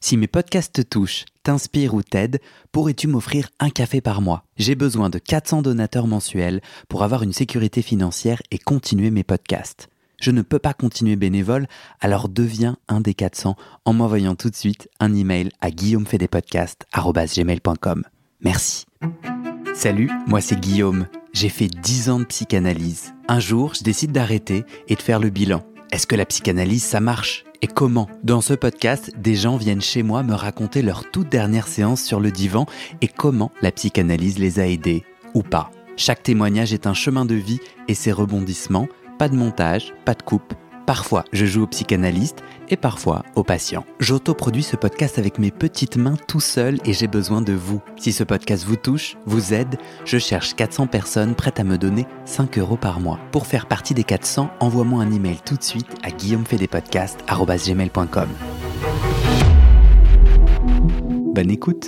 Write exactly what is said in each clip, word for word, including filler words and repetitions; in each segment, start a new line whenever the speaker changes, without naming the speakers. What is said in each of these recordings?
Si mes podcasts te touchent, t'inspirent ou t'aident, pourrais-tu m'offrir un café par mois ? J'ai besoin de quatre cents donateurs mensuels pour avoir une sécurité financière et continuer mes podcasts. Je ne peux pas continuer bénévole, alors deviens un des quatre cents en m'envoyant tout de suite un email à guillaumefedepodcast arobase gmail point com. Merci. Salut, moi c'est Guillaume. J'ai fait dix ans de psychanalyse. Un jour, je décide d'arrêter et de faire le bilan. Est-ce que la psychanalyse, ça marche ? Et comment ? Dans ce podcast, des gens viennent chez moi me raconter leur toute dernière séance sur le divan et comment la psychanalyse les a aidés, ou pas. Chaque témoignage est un chemin de vie et ses rebondissements, pas de montage, pas de coupe. Parfois, je joue au psychanalyste et parfois au patient. J'autoproduis ce podcast avec mes petites mains tout seul et j'ai besoin de vous. Si ce podcast vous touche, vous aide, je cherche quatre cents personnes prêtes à me donner cinq euros par mois. Pour faire partie des quatre cents, envoie-moi un email tout de suite à guillaumefedepodcast arobase gmail point com. Bonne écoute.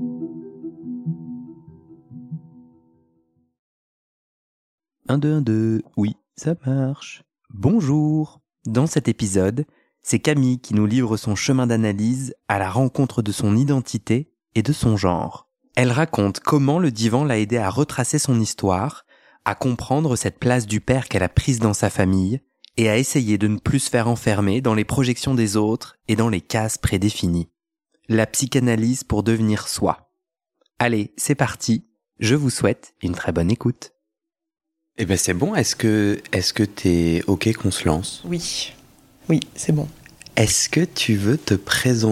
un, deux, un, deux, oui, ça marche. Bonjour. Dans cet épisode, c'est Camille qui nous livre son chemin d'analyse à la rencontre de son identité et de son genre. Elle raconte comment le divan l'a aidée à retracer son histoire, à comprendre cette place du père qu'elle a prise dans sa famille et à essayer de ne plus se faire enfermer dans les projections des autres et dans les cases prédéfinies. La psychanalyse pour devenir soi. Allez, c'est parti. Je vous souhaite une très bonne écoute. Eh ben c'est bon, est-ce que, est-ce que t'es ok qu'on se lance ?
Oui, oui, c'est bon.
Est-ce que tu veux te présenter ?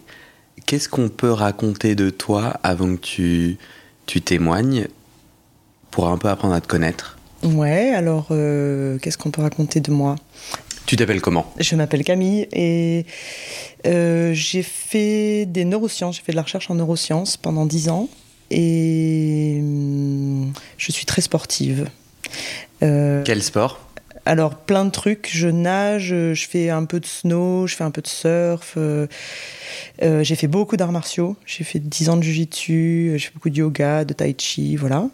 Qu'est-ce qu'on peut raconter de toi avant que tu, tu témoignes pour un peu apprendre à te connaître ?
Ouais, alors euh, qu'est-ce qu'on peut raconter de moi ?
Tu t'appelles comment ?
Je m'appelle Camille et euh, j'ai fait des neurosciences, j'ai fait de la recherche en neurosciences pendant dix ans et hum, je suis très sportive.
Euh, Quel sport ?
Alors, plein de trucs. Je nage, je fais un peu de snow, je fais un peu de surf. Euh, euh, j'ai fait beaucoup d'arts martiaux. J'ai fait dix ans de jiu-jitsu, j'ai fait beaucoup de yoga, de tai chi, voilà.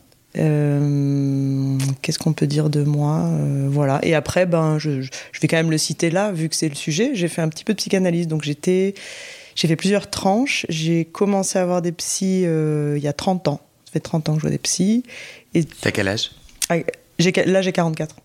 Euh, qu'est-ce qu'on peut dire de moi ? euh, Voilà. Et après, ben, je, je vais quand même le citer là, vu que c'est le sujet. J'ai fait un petit peu de psychanalyse. Donc, j'étais, j'ai fait plusieurs tranches. J'ai commencé à avoir des psys euh, il y a trente ans. Ça fait trente ans que je vois des psys. Et...
T'as quel âge ?
J'ai, là, j'ai quarante-quatre.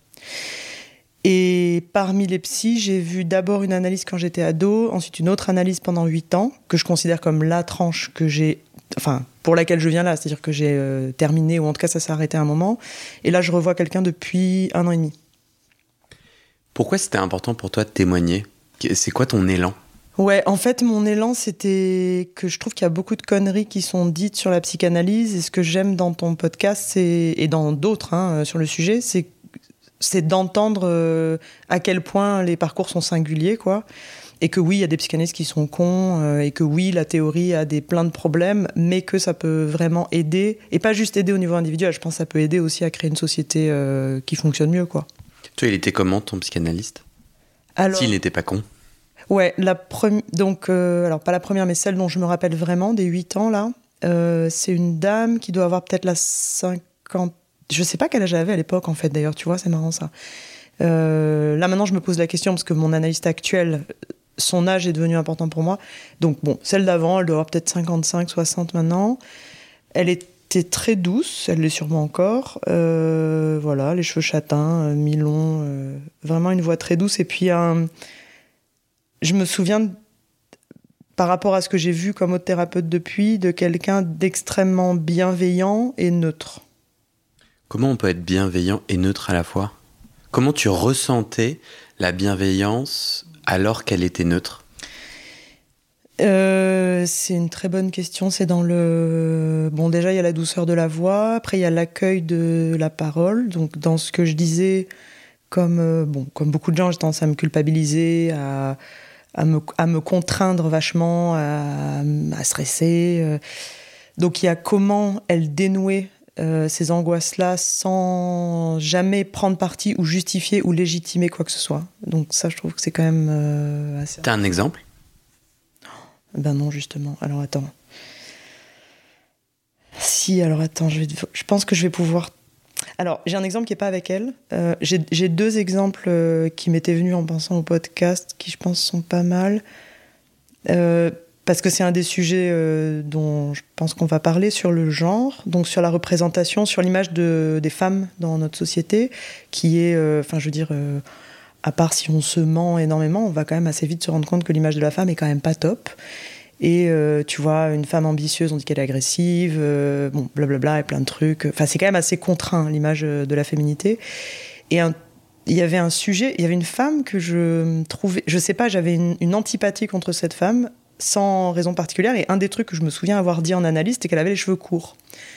Et parmi les psys, j'ai vu d'abord une analyse quand j'étais ado, ensuite une autre analyse pendant huit ans, que je considère comme la tranche que j'ai, enfin, pour laquelle je viens là, c'est-à-dire que j'ai euh, terminé, ou en tout cas ça s'est arrêté à un moment. Et là, je revois quelqu'un depuis un an et demi.
Pourquoi c'était important pour toi de témoigner ? C'est quoi ton élan ?
Ouais, en fait, mon élan, c'était que je trouve qu'il y a beaucoup de conneries qui sont dites sur la psychanalyse. Et ce que j'aime dans ton podcast, c'est, et dans d'autres hein, sur le sujet, c'est, c'est d'entendre euh, à quel point les parcours sont singuliers, quoi. Et que oui, il y a des psychanalystes qui sont cons, euh, et que oui, la théorie a des, plein de problèmes, mais que ça peut vraiment aider. Et pas juste aider au niveau individuel, je pense que ça peut aider aussi à créer une société euh, qui fonctionne mieux, quoi.
Toi, il était comment, ton psychanalyste ?
Alors...
S'il n'était pas con ?
Ouais, la première, donc, euh, alors pas la première, mais celle dont je me rappelle vraiment, des huit ans, là, euh, c'est une dame qui doit avoir peut-être la cinquante, je sais pas quel âge elle avait à l'époque, en fait, d'ailleurs, tu vois, c'est marrant, ça. Euh, là, maintenant, je me pose la question, parce que mon analyste actuel, son âge est devenu important pour moi. Donc, bon, celle d'avant, elle doit avoir peut-être cinquante-cinq, soixante maintenant. Elle était très douce, elle l'est sûrement encore. Euh, voilà, les cheveux châtains, euh, mi-longs, euh, vraiment une voix très douce, et puis un... Je me souviens, par rapport à ce que j'ai vu comme autre thérapeute depuis, de quelqu'un d'extrêmement bienveillant et neutre.
Comment on peut être bienveillant et neutre à la fois ? Comment tu ressentais la bienveillance alors qu'elle était neutre ?
euh, C'est une très bonne question. C'est dans le... Bon, déjà, il y a la douceur de la voix. Après, il y a l'accueil de la parole. Donc, dans ce que je disais, comme, euh, bon, comme beaucoup de gens, j'ai tendance à me culpabiliser, à... À me, à me contraindre vachement, à, à stresser. Donc il y a comment elle dénouait euh, ces angoisses-là sans jamais prendre parti ou justifier ou légitimer quoi que ce soit. Donc ça, je trouve que c'est quand même euh, assez...
T'as un exemple ?
Ben non, justement. Alors attends. Si, alors attends, je, vais, je pense que je vais pouvoir... Alors, j'ai un exemple qui n'est pas avec elle. Euh, j'ai, j'ai deux exemples euh, qui m'étaient venus en pensant au podcast, qui je pense sont pas mal. Euh, parce que c'est un des sujets euh, dont je pense qu'on va parler sur le genre, donc sur la représentation, sur l'image de, des femmes dans notre société, qui est, enfin, euh, je veux dire, euh, à part si on se ment énormément, on va quand même assez vite se rendre compte que l'image de la femme est quand même pas top. Et euh, tu vois, une femme ambitieuse, on dit qu'elle est agressive, euh, bon, blablabla, et plein de trucs. Enfin, c'est quand même assez contraint, l'image de la féminité. Et un, il y avait un sujet, il y avait une femme que je trouvais, je sais pas, j'avais une, une antipathie contre cette femme, sans raison particulière. Et un des trucs que je me souviens avoir dit en analyse, c'était qu'elle avait les cheveux courts.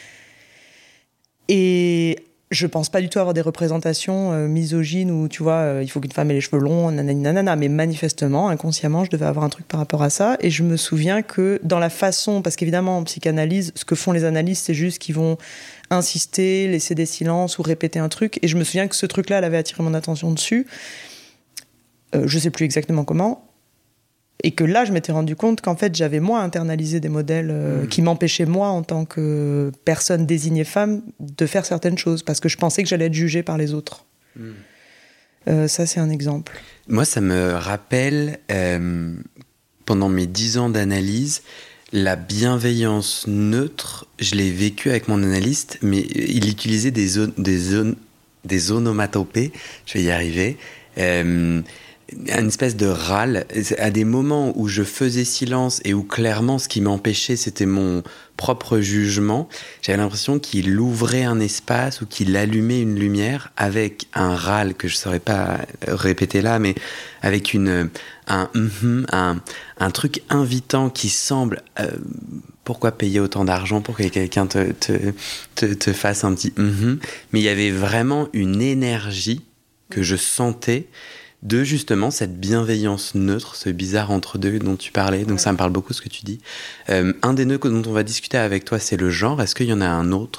Et je pense pas du tout avoir des représentations euh, misogynes où, tu vois, euh, il faut qu'une femme ait les cheveux longs, nanani, nanana. Mais manifestement, inconsciemment, je devais avoir un truc par rapport à ça. Et je me souviens que dans la façon, parce qu'évidemment, en psychanalyse, ce que font les analystes, c'est juste qu'ils vont insister, laisser des silences ou répéter un truc. Et je me souviens que ce truc-là, elle avait attiré mon attention dessus. Euh, je sais plus exactement comment. Et que là, je m'étais rendu compte qu'en fait, j'avais moi internalisé des modèles euh, mmh. qui m'empêchaient, moi, en tant que personne désignée femme, de faire certaines choses, parce que je pensais que j'allais être jugée par les autres. Mmh. Euh, ça, c'est un exemple.
Moi, ça me rappelle, euh, pendant mes dix ans d'analyse, la bienveillance neutre, je l'ai vécu avec mon analyste, mais il utilisait des, zones, des, zones, des onomatopées, je vais y arriver, euh, une espèce de râle, à des moments où je faisais silence et où clairement ce qui m'empêchait c'était mon propre jugement, j'avais l'impression qu'il ouvrait un espace ou qu'il allumait une lumière avec un râle que je ne saurais pas répéter là, mais avec une, un, mm-hmm, un, un truc invitant qui semble... Euh, pourquoi payer autant d'argent pour que quelqu'un te, te, te, te fasse un petit mm-hmm, mais il y avait vraiment une énergie que je sentais de justement cette bienveillance neutre, ce bizarre entre-deux dont tu parlais. Donc ouais. Ça me parle beaucoup ce que tu dis. Euh, un des nœuds dont on va discuter avec toi, c'est le genre. Est-ce qu'il y en a un autre ?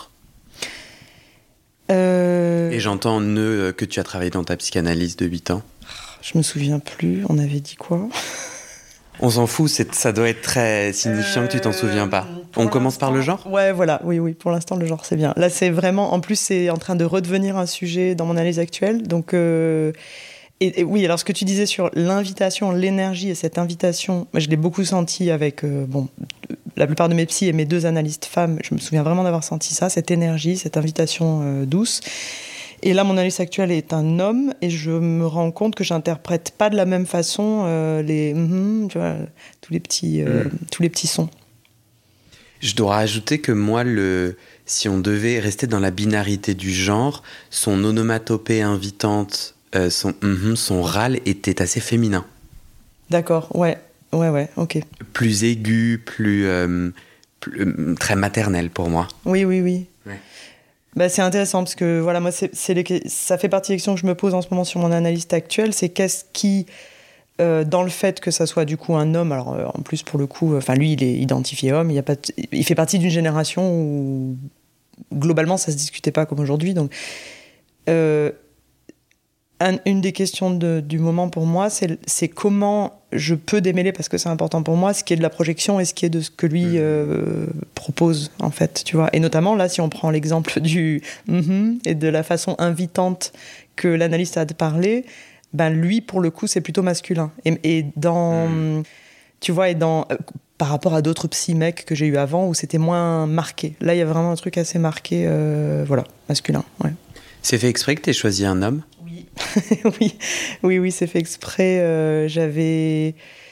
euh... Et j'entends nœud que tu as travaillé dans ta psychanalyse de huit ans.
Je me souviens plus, on avait dit quoi ?
On s'en fout, c'est, ça doit être très signifiant euh... que tu t'en souviens pas. On commence par le genre ?
Ouais, voilà, oui, oui, pour l'instant le genre c'est bien. Là c'est vraiment, en plus c'est en train de redevenir un sujet dans mon analyse actuelle, donc... Euh... Et, et oui, alors ce que tu disais sur l'invitation, l'énergie et cette invitation, moi, je l'ai beaucoup senti avec euh, bon, la plupart de mes psys et mes deux analystes femmes. Je me souviens vraiment d'avoir senti ça, cette énergie, cette invitation euh, douce. Et là, mon analyste actuel est un homme et je me rends compte que j'interprète pas de la même façon euh, les, mm-hmm, tu vois, tous les petits, euh, mm. tous les petits sons.
Je dois rajouter que moi, le, si on devait rester dans la binarité du genre, son onomatopée invitante. Euh, son, mm-hmm, son râle était assez féminin.
D'accord, ouais, ouais, ouais, ok.
Plus aigu, plus, euh, plus euh, très maternel pour moi.
Oui, oui, oui. Ouais. Bah, c'est intéressant parce que voilà, moi, c'est, c'est les, ça fait partie des questions que je me pose en ce moment sur mon analyste actuel. C'est qu'est-ce qui, euh, dans le fait que ça soit du coup un homme, alors euh, en plus pour le coup, enfin lui, il est identifié homme. Il y a pas, t- il fait partie d'une génération où globalement ça se discutait pas comme aujourd'hui, donc. Euh, Un, une des questions de, du moment pour moi, c'est, c'est comment je peux démêler, parce que c'est important pour moi, ce qui est de la projection et ce qui est de ce que lui euh, propose, en fait, tu vois. Et notamment, là, si on prend l'exemple du mm-hmm et de la façon invitante que l'analyste a de parler, ben lui, pour le coup, c'est plutôt masculin. Et, et dans, mmh. tu vois, et dans, euh, par rapport à d'autres psy mecs que j'ai eu avant, où c'était moins marqué. Là, il y a vraiment un truc assez marqué, euh, voilà, masculin, ouais.
C'est fait exprès que tu aies choisi un homme ?
Oui, oui, oui, oui, c'est fait exprès. Euh, j'avais,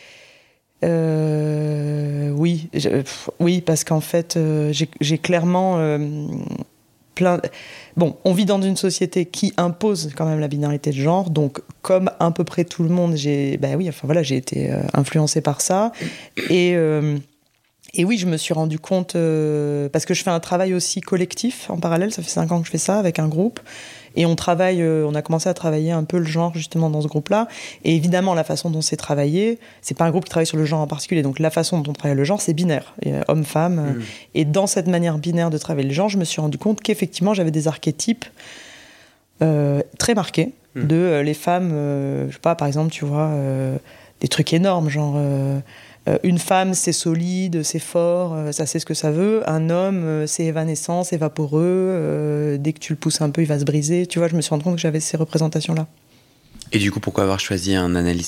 euh, oui, je, pff, oui, parce qu'en fait, euh, j'ai, j'ai clairement euh, plein. Bon, on vit dans une société qui impose quand même la binarité de genre, donc comme à peu près tout le monde, j'ai, bah oui, enfin voilà, j'ai été euh, influencée par ça et. Euh, Et oui, je me suis rendu compte, euh, parce que je fais un travail aussi collectif en parallèle, ça fait cinq ans que je fais ça avec un groupe, et on travaille, euh, on a commencé à travailler un peu le genre justement dans ce groupe-là, et évidemment la façon dont c'est travaillé, c'est pas un groupe qui travaille sur le genre en particulier, donc la façon dont on travaille le genre, c'est binaire, homme-femme, mmh. Et dans cette manière binaire de travailler le genre, je me suis rendu compte qu'effectivement j'avais des archétypes euh, très marqués, mmh. de euh, les femmes, euh, je sais pas, par exemple, tu vois, euh, des trucs énormes, genre... Euh, Euh, une femme, c'est solide, c'est fort, euh, ça sait ce que ça veut. Un homme, euh, c'est évanescent, c'est vaporeux. Euh, dès que tu le pousses un peu, il va se briser. Tu vois, je me suis rendu compte que j'avais ces représentations-là.
Et du coup, pourquoi avoir choisi un analyste homme ?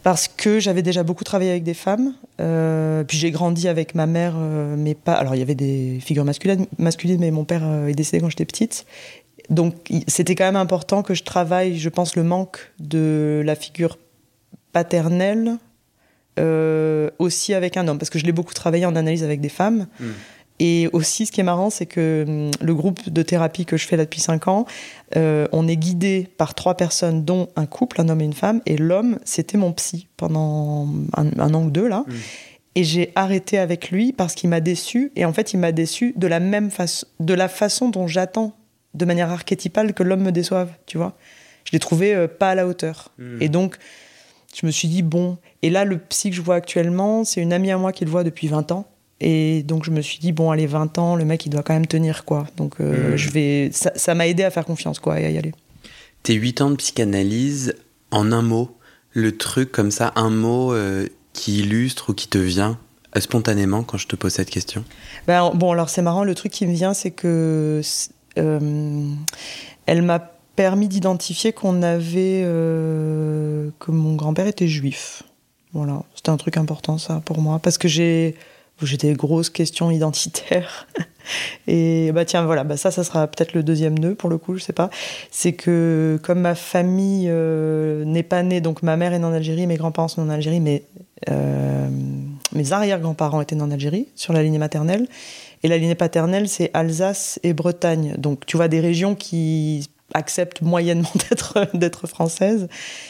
Parce que j'avais déjà beaucoup travaillé avec des femmes, euh, puis j'ai grandi avec ma mère, euh, mais pas. Alors il y avait des figures masculines, masculines, mais mon père euh, est décédé quand j'étais petite, donc c'était quand même important que je travaille, je pense, le manque de la figure paternelle euh, aussi avec un homme, parce que je l'ai beaucoup travaillé en analyse avec des femmes. Mmh. Et aussi, ce qui est marrant, c'est que le groupe de thérapie que je fais là depuis cinq ans, euh, on est guidé par trois personnes, dont un couple, un homme et une femme. Et l'homme, c'était mon psy pendant un, un an ou deux, là. Mmh. Et j'ai arrêté avec lui parce qu'il m'a déçue. Et en fait, il m'a déçue de la même façon, de la façon dont j'attends, de manière archétypale, que l'homme me déçoive, tu vois. Je l'ai trouvé euh, pas à la hauteur. Mmh. Et donc, je me suis dit, bon... Et là, le psy que je vois actuellement, c'est une amie à moi qui le voit depuis vingt ans. Et donc, je me suis dit, bon, allez, vingt ans, le mec, il doit quand même tenir, quoi. Donc, euh, mmh. je vais... Ça, ça m'a aidé à faire confiance, quoi, et à y aller.
Tes huit ans de psychanalyse, en un mot, le truc comme ça, un mot euh, qui illustre ou qui te vient euh, spontanément quand je te pose cette question?
Ben, bon, alors, c'est marrant, le truc qui me vient, c'est que... Euh, elle m'a permis d'identifier qu'on avait... Euh, que mon grand-père était juif. Voilà, c'était un truc important, ça, pour moi. Parce que j'ai... J'ai des grosses questions identitaires. Et bah tiens, voilà, bah ça, ça sera peut-être le deuxième nœud, pour le coup, je sais pas. C'est que comme ma famille euh, n'est pas née, donc ma mère est née en Algérie, mes grands-parents sont nés en Algérie, mais euh, mes arrière-grands-parents étaient nés en Algérie, sur la lignée maternelle. Et la lignée paternelle, c'est Alsace et Bretagne. Donc tu vois, des régions qui acceptent moyennement d'être, d'être françaises.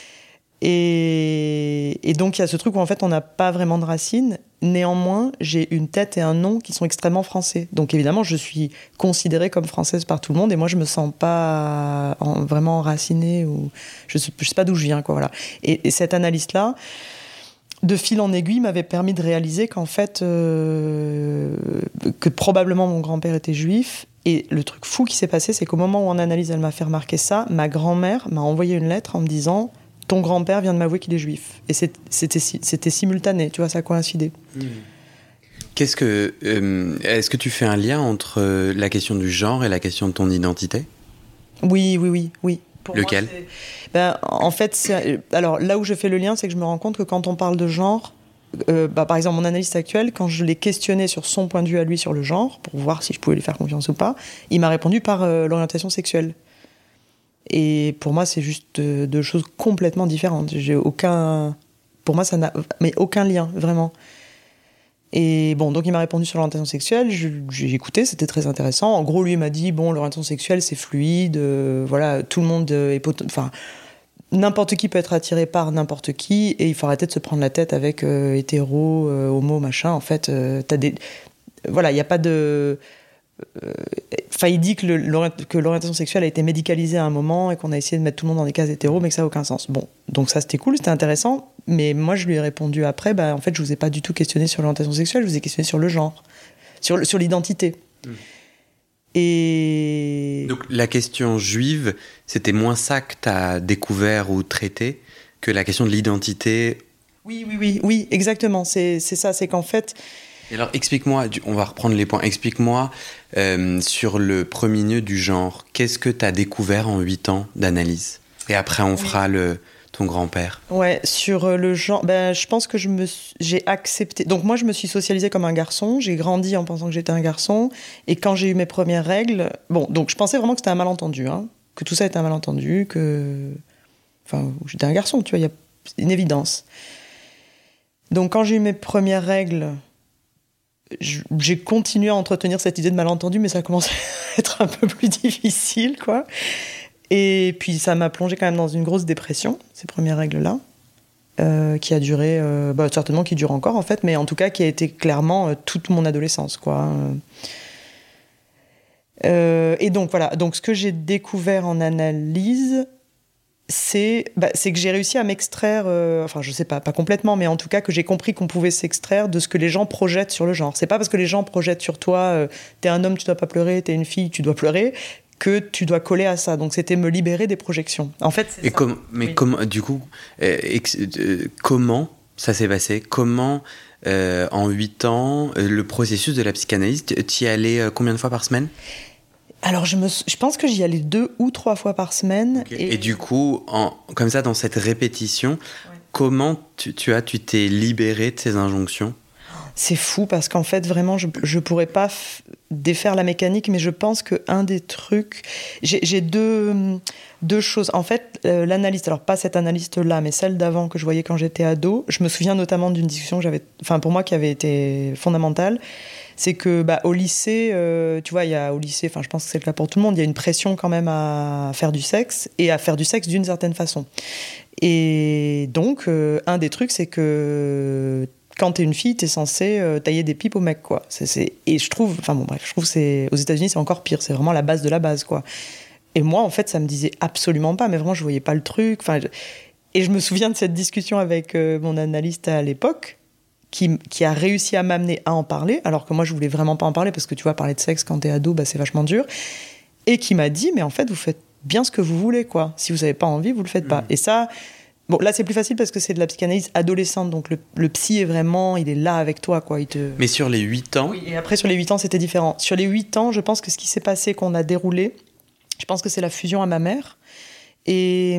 Et, et donc, il y a ce truc où, en fait, on n'a pas vraiment de racines. Néanmoins, j'ai une tête et un nom qui sont extrêmement français. Donc, évidemment, je suis considérée comme française par tout le monde. Et moi, je me sens pas en, vraiment enracinée. Ou, je ne sais, sais pas d'où je viens, quoi, voilà. Et, et cette analyse-là, de fil en aiguille, m'avait permis de réaliser qu'en fait, euh, que probablement mon grand-père était juif. Et le truc fou qui s'est passé, c'est qu'au moment où en analyse, elle m'a fait remarquer ça, ma grand-mère m'a envoyé une lettre en me disant... Ton grand-père vient de m'avouer qu'il est juif. Et c'était, c'était simultané, tu vois, ça a coïncidé. Mmh.
Qu'est-ce que, euh, est-ce que tu fais un lien entre la question du genre et la question de ton identité ?
Oui, oui, oui, oui.
Pour Lequel ?
moi, ben, en fait, c'est, alors là où je fais le lien, c'est que je me rends compte que quand on parle de genre, euh, bah, par exemple, mon analyste actuel, quand je l'ai questionné sur son point de vue à lui sur le genre, pour voir si je pouvais lui faire confiance ou pas, il m'a répondu par euh, l'orientation sexuelle. Et pour moi, c'est juste deux, deux choses complètement différentes. J'ai aucun... Pour moi, ça n'a mais aucun lien, vraiment. Et bon, donc il m'a répondu sur l'orientation sexuelle, je, j'ai écouté, c'était très intéressant. En gros, lui, il m'a dit, bon, l'orientation sexuelle, c'est fluide, euh, voilà, tout le monde est... Pot- enfin, n'importe qui peut être attiré par n'importe qui, et il faut arrêter de se prendre la tête avec euh, hétéro, euh, homo, machin. En fait, euh, t'as des... Voilà, il n'y a pas de... Enfin, il dit que, le, que l'orientation sexuelle a été médicalisée à un moment et qu'on a essayé de mettre tout le monde dans des cases hétéros, mais que ça n'a aucun sens. Bon, donc ça c'était cool, c'était intéressant, mais moi je lui ai répondu après, bah, en fait je vous ai pas du tout questionné sur l'orientation sexuelle, je vous ai questionné sur le genre, sur, sur l'identité. Mmh. Et...
Donc la question juive, c'était moins ça que tu as découvert ou traité que la question de l'identité.
Oui, oui, oui, oui, exactement, c'est, c'est ça, c'est qu'en fait...
Et alors, explique-moi, on va reprendre les points, explique-moi euh, sur le premier nœud du genre, qu'est-ce que tu as découvert en huit ans d'analyse ? Et après, on oui. fera le, ton grand-père.
Ouais, sur le genre, ben, je pense que je me, j'ai accepté... Donc moi, je me suis socialisée comme un garçon, j'ai grandi en pensant que j'étais un garçon, et quand j'ai eu mes premières règles... Bon, donc je pensais vraiment que c'était un malentendu, hein, que tout ça était un malentendu, que... Enfin, j'étais un garçon, tu vois, il y a une évidence. Donc quand j'ai eu mes premières règles... J'ai continué à entretenir cette idée de malentendu, mais ça a commencé à être un peu plus difficile, quoi. Et puis ça m'a plongé quand même dans une grosse dépression, ces premières règles-là, euh, qui a duré, euh, bah, certainement qui dure encore en fait, mais en tout cas qui a été clairement euh, toute mon adolescence, quoi. Euh, et donc voilà, donc ce que j'ai découvert en analyse, c'est, bah, c'est que j'ai réussi à m'extraire, euh, enfin je sais pas, pas complètement, mais en tout cas que j'ai compris qu'on pouvait s'extraire de ce que les gens projettent sur le genre. C'est pas parce que les gens projettent sur toi, euh, t'es un homme, tu dois pas pleurer, t'es une fille, tu dois pleurer, que tu dois coller à ça. Donc c'était me libérer des projections. En fait, c'est
Et
ça.
Com- mais oui. comment, du coup, euh, ex- euh, comment ça s'est passé ? Comment, euh, en huit ans, euh, le processus de la psychanalyse, tu y allais euh, combien de fois par semaine ?
Alors, je, me, je pense que j'y allais deux ou trois fois par semaine.
Okay. Et... et du coup, en, comme ça, dans cette répétition, ouais. comment tu, tu as, tu t'es libérée de ces injonctions ?
C'est fou parce qu'en fait, vraiment, je ne pourrais pas f- défaire la mécanique, mais je pense qu'un des trucs... J'ai, j'ai deux, deux choses. En fait, euh, l'analyste, alors pas cette analyste-là, mais celle d'avant que je voyais quand j'étais ado, je me souviens notamment d'une discussion que j'avais, enfin pour moi qui avait été fondamentale, c'est que bah, au lycée, euh, tu vois, il y a au lycée, enfin je pense que c'est le cas pour tout le monde, il y a une pression quand même à faire du sexe, et à faire du sexe d'une certaine façon. Et donc, euh, un des trucs, c'est que... quand t'es une fille, t'es censée euh, tailler des pipes au mec, quoi. C'est, c'est... Et je trouve, enfin bon, bref, je trouve que c'est... aux États-Unis, c'est encore pire. C'est vraiment la base de la base, quoi. Et moi, en fait, ça me disait absolument pas, mais vraiment, je voyais pas le truc. Enfin, je... Et je me souviens de cette discussion avec euh, mon analyste à l'époque, qui, qui a réussi à m'amener à en parler, alors que moi, je voulais vraiment pas en parler, parce que tu vois, parler de sexe quand t'es ado, bah, c'est vachement dur. Et qui m'a dit, mais en fait, vous faites bien ce que vous voulez, quoi. Si vous avez pas envie, vous le faites pas. Mmh. Et ça... Bon, là, c'est plus facile parce que c'est de la psychanalyse adolescente, donc le, le psy est vraiment, il est là avec toi, quoi. Il te...
Mais sur les huit ans...
Oui, et après, sur les huit ans, c'était différent. Sur les huit ans, je pense que ce qui s'est passé, qu'on a déroulé, je pense que c'est la fusion à ma mère. Et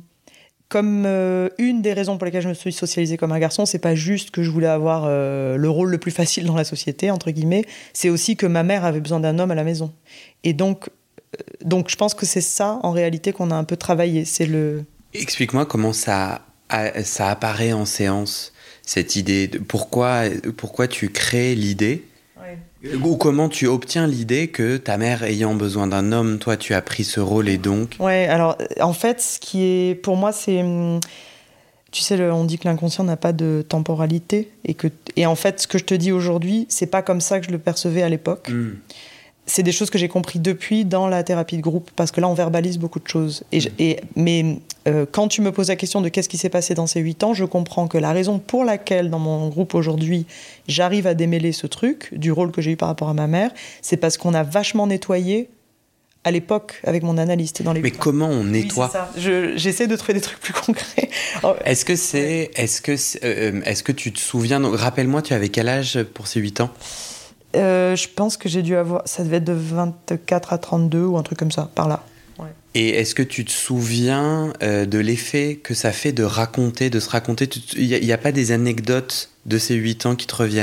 comme euh, une des raisons pour lesquelles je me suis socialisée comme un garçon, c'est pas juste que je voulais avoir euh, le rôle le plus facile dans la société, entre guillemets, c'est aussi que ma mère avait besoin d'un homme à la maison. Et donc, euh, donc je pense que c'est ça, en réalité, qu'on a un peu travaillé. C'est le...
Explique-moi comment ça, ça apparaît en séance, cette idée. De pourquoi, pourquoi tu crées l'idée, ouais. Ou comment tu obtiens l'idée que ta mère ayant besoin d'un homme, toi tu as pris ce rôle et donc...
Ouais, alors en fait, ce qui est pour moi, c'est... Tu sais, on dit que l'inconscient n'a pas de temporalité. Et, que, et en fait, ce que je te dis aujourd'hui, c'est pas comme ça que je le percevais à l'époque. Mm. C'est des choses que j'ai compris depuis dans la thérapie de groupe, parce que là, on verbalise beaucoup de choses. Et, je, et, mais euh, quand tu me poses la question de qu'est-ce qui s'est passé dans ces huit ans, je comprends que la raison pour laquelle, dans mon groupe aujourd'hui, j'arrive à démêler ce truc, du rôle que j'ai eu par rapport à ma mère, c'est parce qu'on a vachement nettoyé à l'époque avec mon analyste. Dans les
mais comment on nettoie ?
Oui, c'est ça. Je, j'essaie de trouver des trucs plus concrets.
Est-ce que c'est... Est-ce que, c'est, euh, est-ce que tu te souviens... Donc, rappelle-moi, tu avais quel âge pour ces huit ans ?
Euh, je pense que j'ai dû avoir... Ça devait être de vingt-quatre à trente-deux ou un truc comme ça, par là. Ouais.
Et est-ce que tu te souviens euh, de l'effet que ça fait de raconter, de se raconter ? Il n'y a, a pas des anecdotes de ces huit ans qui te reviennent ?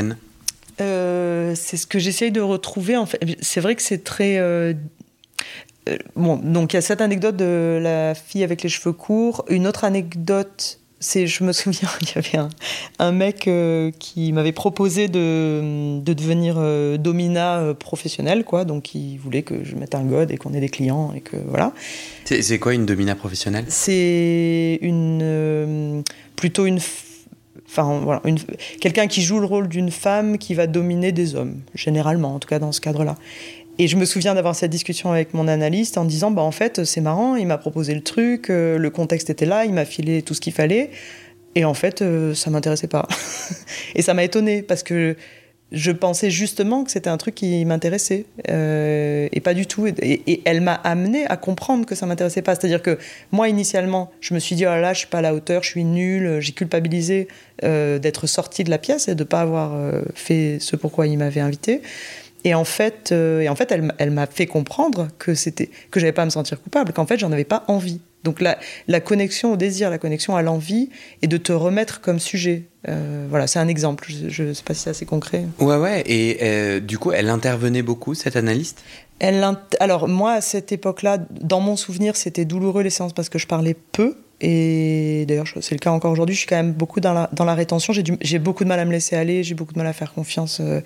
euh, C'est ce que j'essaye de retrouver. En fait. C'est vrai que c'est très... Euh... Euh, bon, donc il y a cette anecdote de la fille avec les cheveux courts. Une autre anecdote... C'est, je me souviens, il y avait un, un mec euh, qui m'avait proposé de, de devenir euh, domina euh, professionnel, quoi. Donc, il voulait que je mette un god et qu'on ait des clients et que voilà.
C'est, c'est quoi une domina professionnelle ?
C'est une euh, plutôt une, enfin voilà, une, quelqu'un qui joue le rôle d'une femme qui va dominer des hommes, généralement, en tout cas dans ce cadre-là. Et je me souviens d'avoir cette discussion avec mon analyste en disant, bah en fait, c'est marrant, il m'a proposé le truc, euh, le contexte était là, il m'a filé tout ce qu'il fallait, et en fait, euh, ça m'intéressait pas. Et ça m'a étonnée, parce que je pensais justement que c'était un truc qui m'intéressait, euh, et pas du tout. Et, et elle m'a amenée à comprendre que ça m'intéressait pas. C'est-à-dire que moi, initialement, je me suis dit, oh là là, je suis pas à la hauteur, je suis nulle, j'ai culpabilisé euh, d'être sortie de la pièce et de pas avoir euh, fait ce pourquoi il m'avait invitée. Et en fait, euh, et en fait elle, elle m'a fait comprendre que, c'était, que je n'avais pas à me sentir coupable, qu'en fait, j'en avais pas envie. Donc la, la connexion au désir, la connexion à l'envie, et de te remettre comme sujet. Euh, voilà, c'est un exemple. Je ne sais pas si c'est assez concret.
Ouais, ouais. Et euh, du coup, elle intervenait beaucoup, cette analyste ?
elle, Alors, moi, à cette époque-là, dans mon souvenir, c'était douloureux les séances parce que je parlais peu. Et d'ailleurs, c'est le cas encore aujourd'hui. Je suis quand même beaucoup dans la, dans la rétention. J'ai, du, j'ai beaucoup de mal à me laisser aller. J'ai beaucoup de mal à faire confiance. Euh,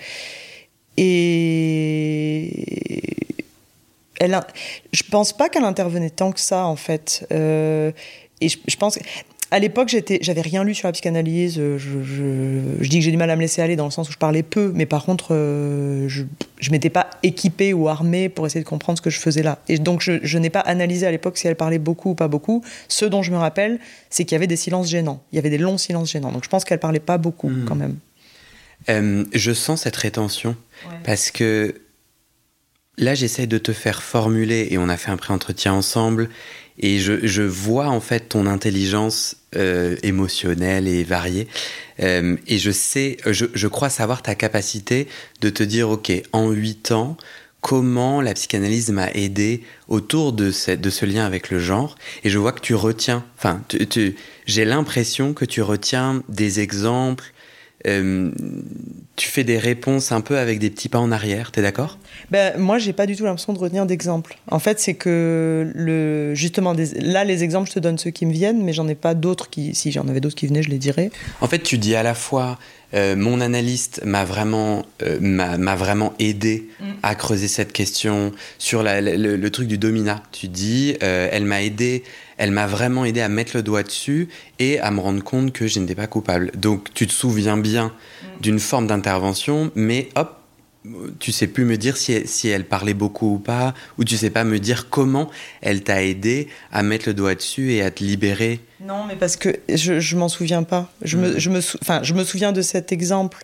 Et elle, je pense pas qu'elle intervenait tant que ça, en fait. Euh, et je, je pense qu'à l'époque, j'étais, j'avais rien lu sur la psychanalyse. Je, je, je dis que j'ai du mal à me laisser aller dans le sens où je parlais peu, mais par contre, euh, je, je m'étais pas équipée ou armée pour essayer de comprendre ce que je faisais là. Et donc, je, je n'ai pas analysé à l'époque si elle parlait beaucoup ou pas beaucoup. Ce dont je me rappelle, c'est qu'il y avait des silences gênants. Il y avait des longs silences gênants. Donc, je pense qu'elle parlait pas beaucoup, mmh. quand même.
Euh, je sens cette rétention, ouais. Parce que là j'essaye de te faire formuler, et on a fait un pré-entretien ensemble, et je, je vois en fait ton intelligence euh, émotionnelle et variée, euh, et je sais, je, je crois savoir ta capacité de te dire, ok, en huit ans, comment la psychanalyse m'a aidé autour de ce, de ce lien avec le genre. Et je vois que tu retiens, enfin, tu, tu, j'ai l'impression que tu retiens des exemples, euh, tu fais des réponses un peu avec des petits pas en arrière, t'es d'accord ?
Ben, moi, j'ai pas du tout l'impression de retenir d'exemples. En fait, c'est que le, justement, des, là, les exemples, je te donne ceux qui me viennent, mais j'en ai pas d'autres qui. Si j'en avais d'autres qui venaient, je les dirais.
En fait, tu dis à la fois, euh, mon analyste m'a vraiment, euh, m'a, m'a vraiment aidé mm. à creuser cette question sur la, la, le, le truc du dominat. Tu dis, euh, elle m'a aidé, elle m'a vraiment aidé à mettre le doigt dessus et à me rendre compte que je n'étais pas coupable. Donc, tu te souviens bien mm. d'une forme d'intervention, mais hop, tu sais plus me dire si elle, si elle parlait beaucoup ou pas, ou tu sais pas me dire comment elle t'a aidé à mettre le doigt dessus et à te libérer.
Non, mais parce que je, je m'en souviens pas. Je, mmh. me, je, me sou, enfin, je me souviens de cet exemple.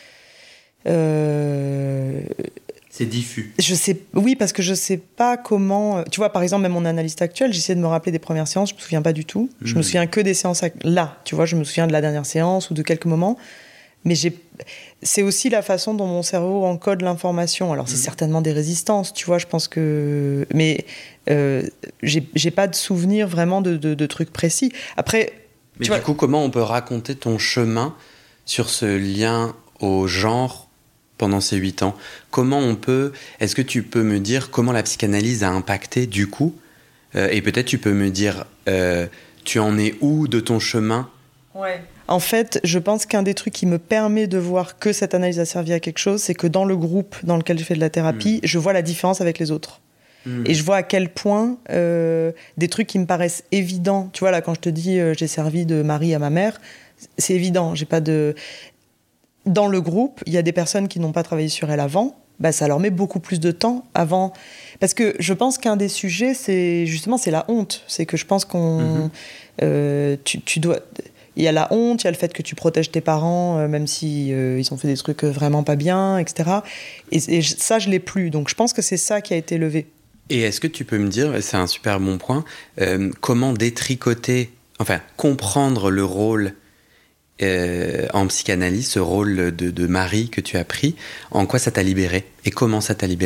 Euh...
C'est diffus.
Je sais, oui, parce que je sais pas comment. Tu vois, par exemple, même mon analyste actuel, j'essaie de me rappeler des premières séances, je me souviens pas du tout. Mmh. Je me souviens que des séances là. Tu vois, je me souviens de la dernière séance ou de quelques moments. Mais j'ai... c'est aussi la façon dont mon cerveau encode l'information. Alors, c'est mmh. certainement des résistances, tu vois, je pense que... Mais euh, j'ai, j'ai pas de souvenir vraiment de, de, de trucs précis. Après...
Mais
tu
du
vois...
coup, comment on peut raconter ton chemin sur ce lien au genre pendant ces huit ans ? Comment on peut... Est-ce que tu peux me dire comment la psychanalyse a impacté, du coup euh, et peut-être tu peux me dire, euh, tu en es où de ton chemin ?
Ouais. En fait, je pense qu'un des trucs qui me permet de voir que cette analyse a servi à quelque chose, c'est que dans le groupe dans lequel je fais de la thérapie, mmh. je vois la différence avec les autres. Mmh. Et je vois à quel point euh, des trucs qui me paraissent évidents, tu vois, là, quand je te dis euh, j'ai servi de mari à ma mère, c'est évident. J'ai pas de... Dans le groupe, il y a des personnes qui n'ont pas travaillé sur elle avant, bah, ça leur met beaucoup plus de temps avant. Parce que je pense qu'un des sujets, c'est justement, c'est la honte. C'est que je pense qu'on... Mmh. Euh, tu, tu dois... Il y a la honte, il y a le fait que tu protèges tes parents, euh, même si euh, ils ont fait des trucs vraiment pas bien, et cetera. Et, et ça, je l'ai plus. Donc, je pense que c'est ça qui a été levé.
Et est-ce que tu peux me dire, c'est un super bon point, euh, comment détricoter, enfin, comprendre le rôle euh, en psychanalyse, ce rôle de, de mari que tu as pris, en quoi ça t'a libéré et comment ça t'a libéré ?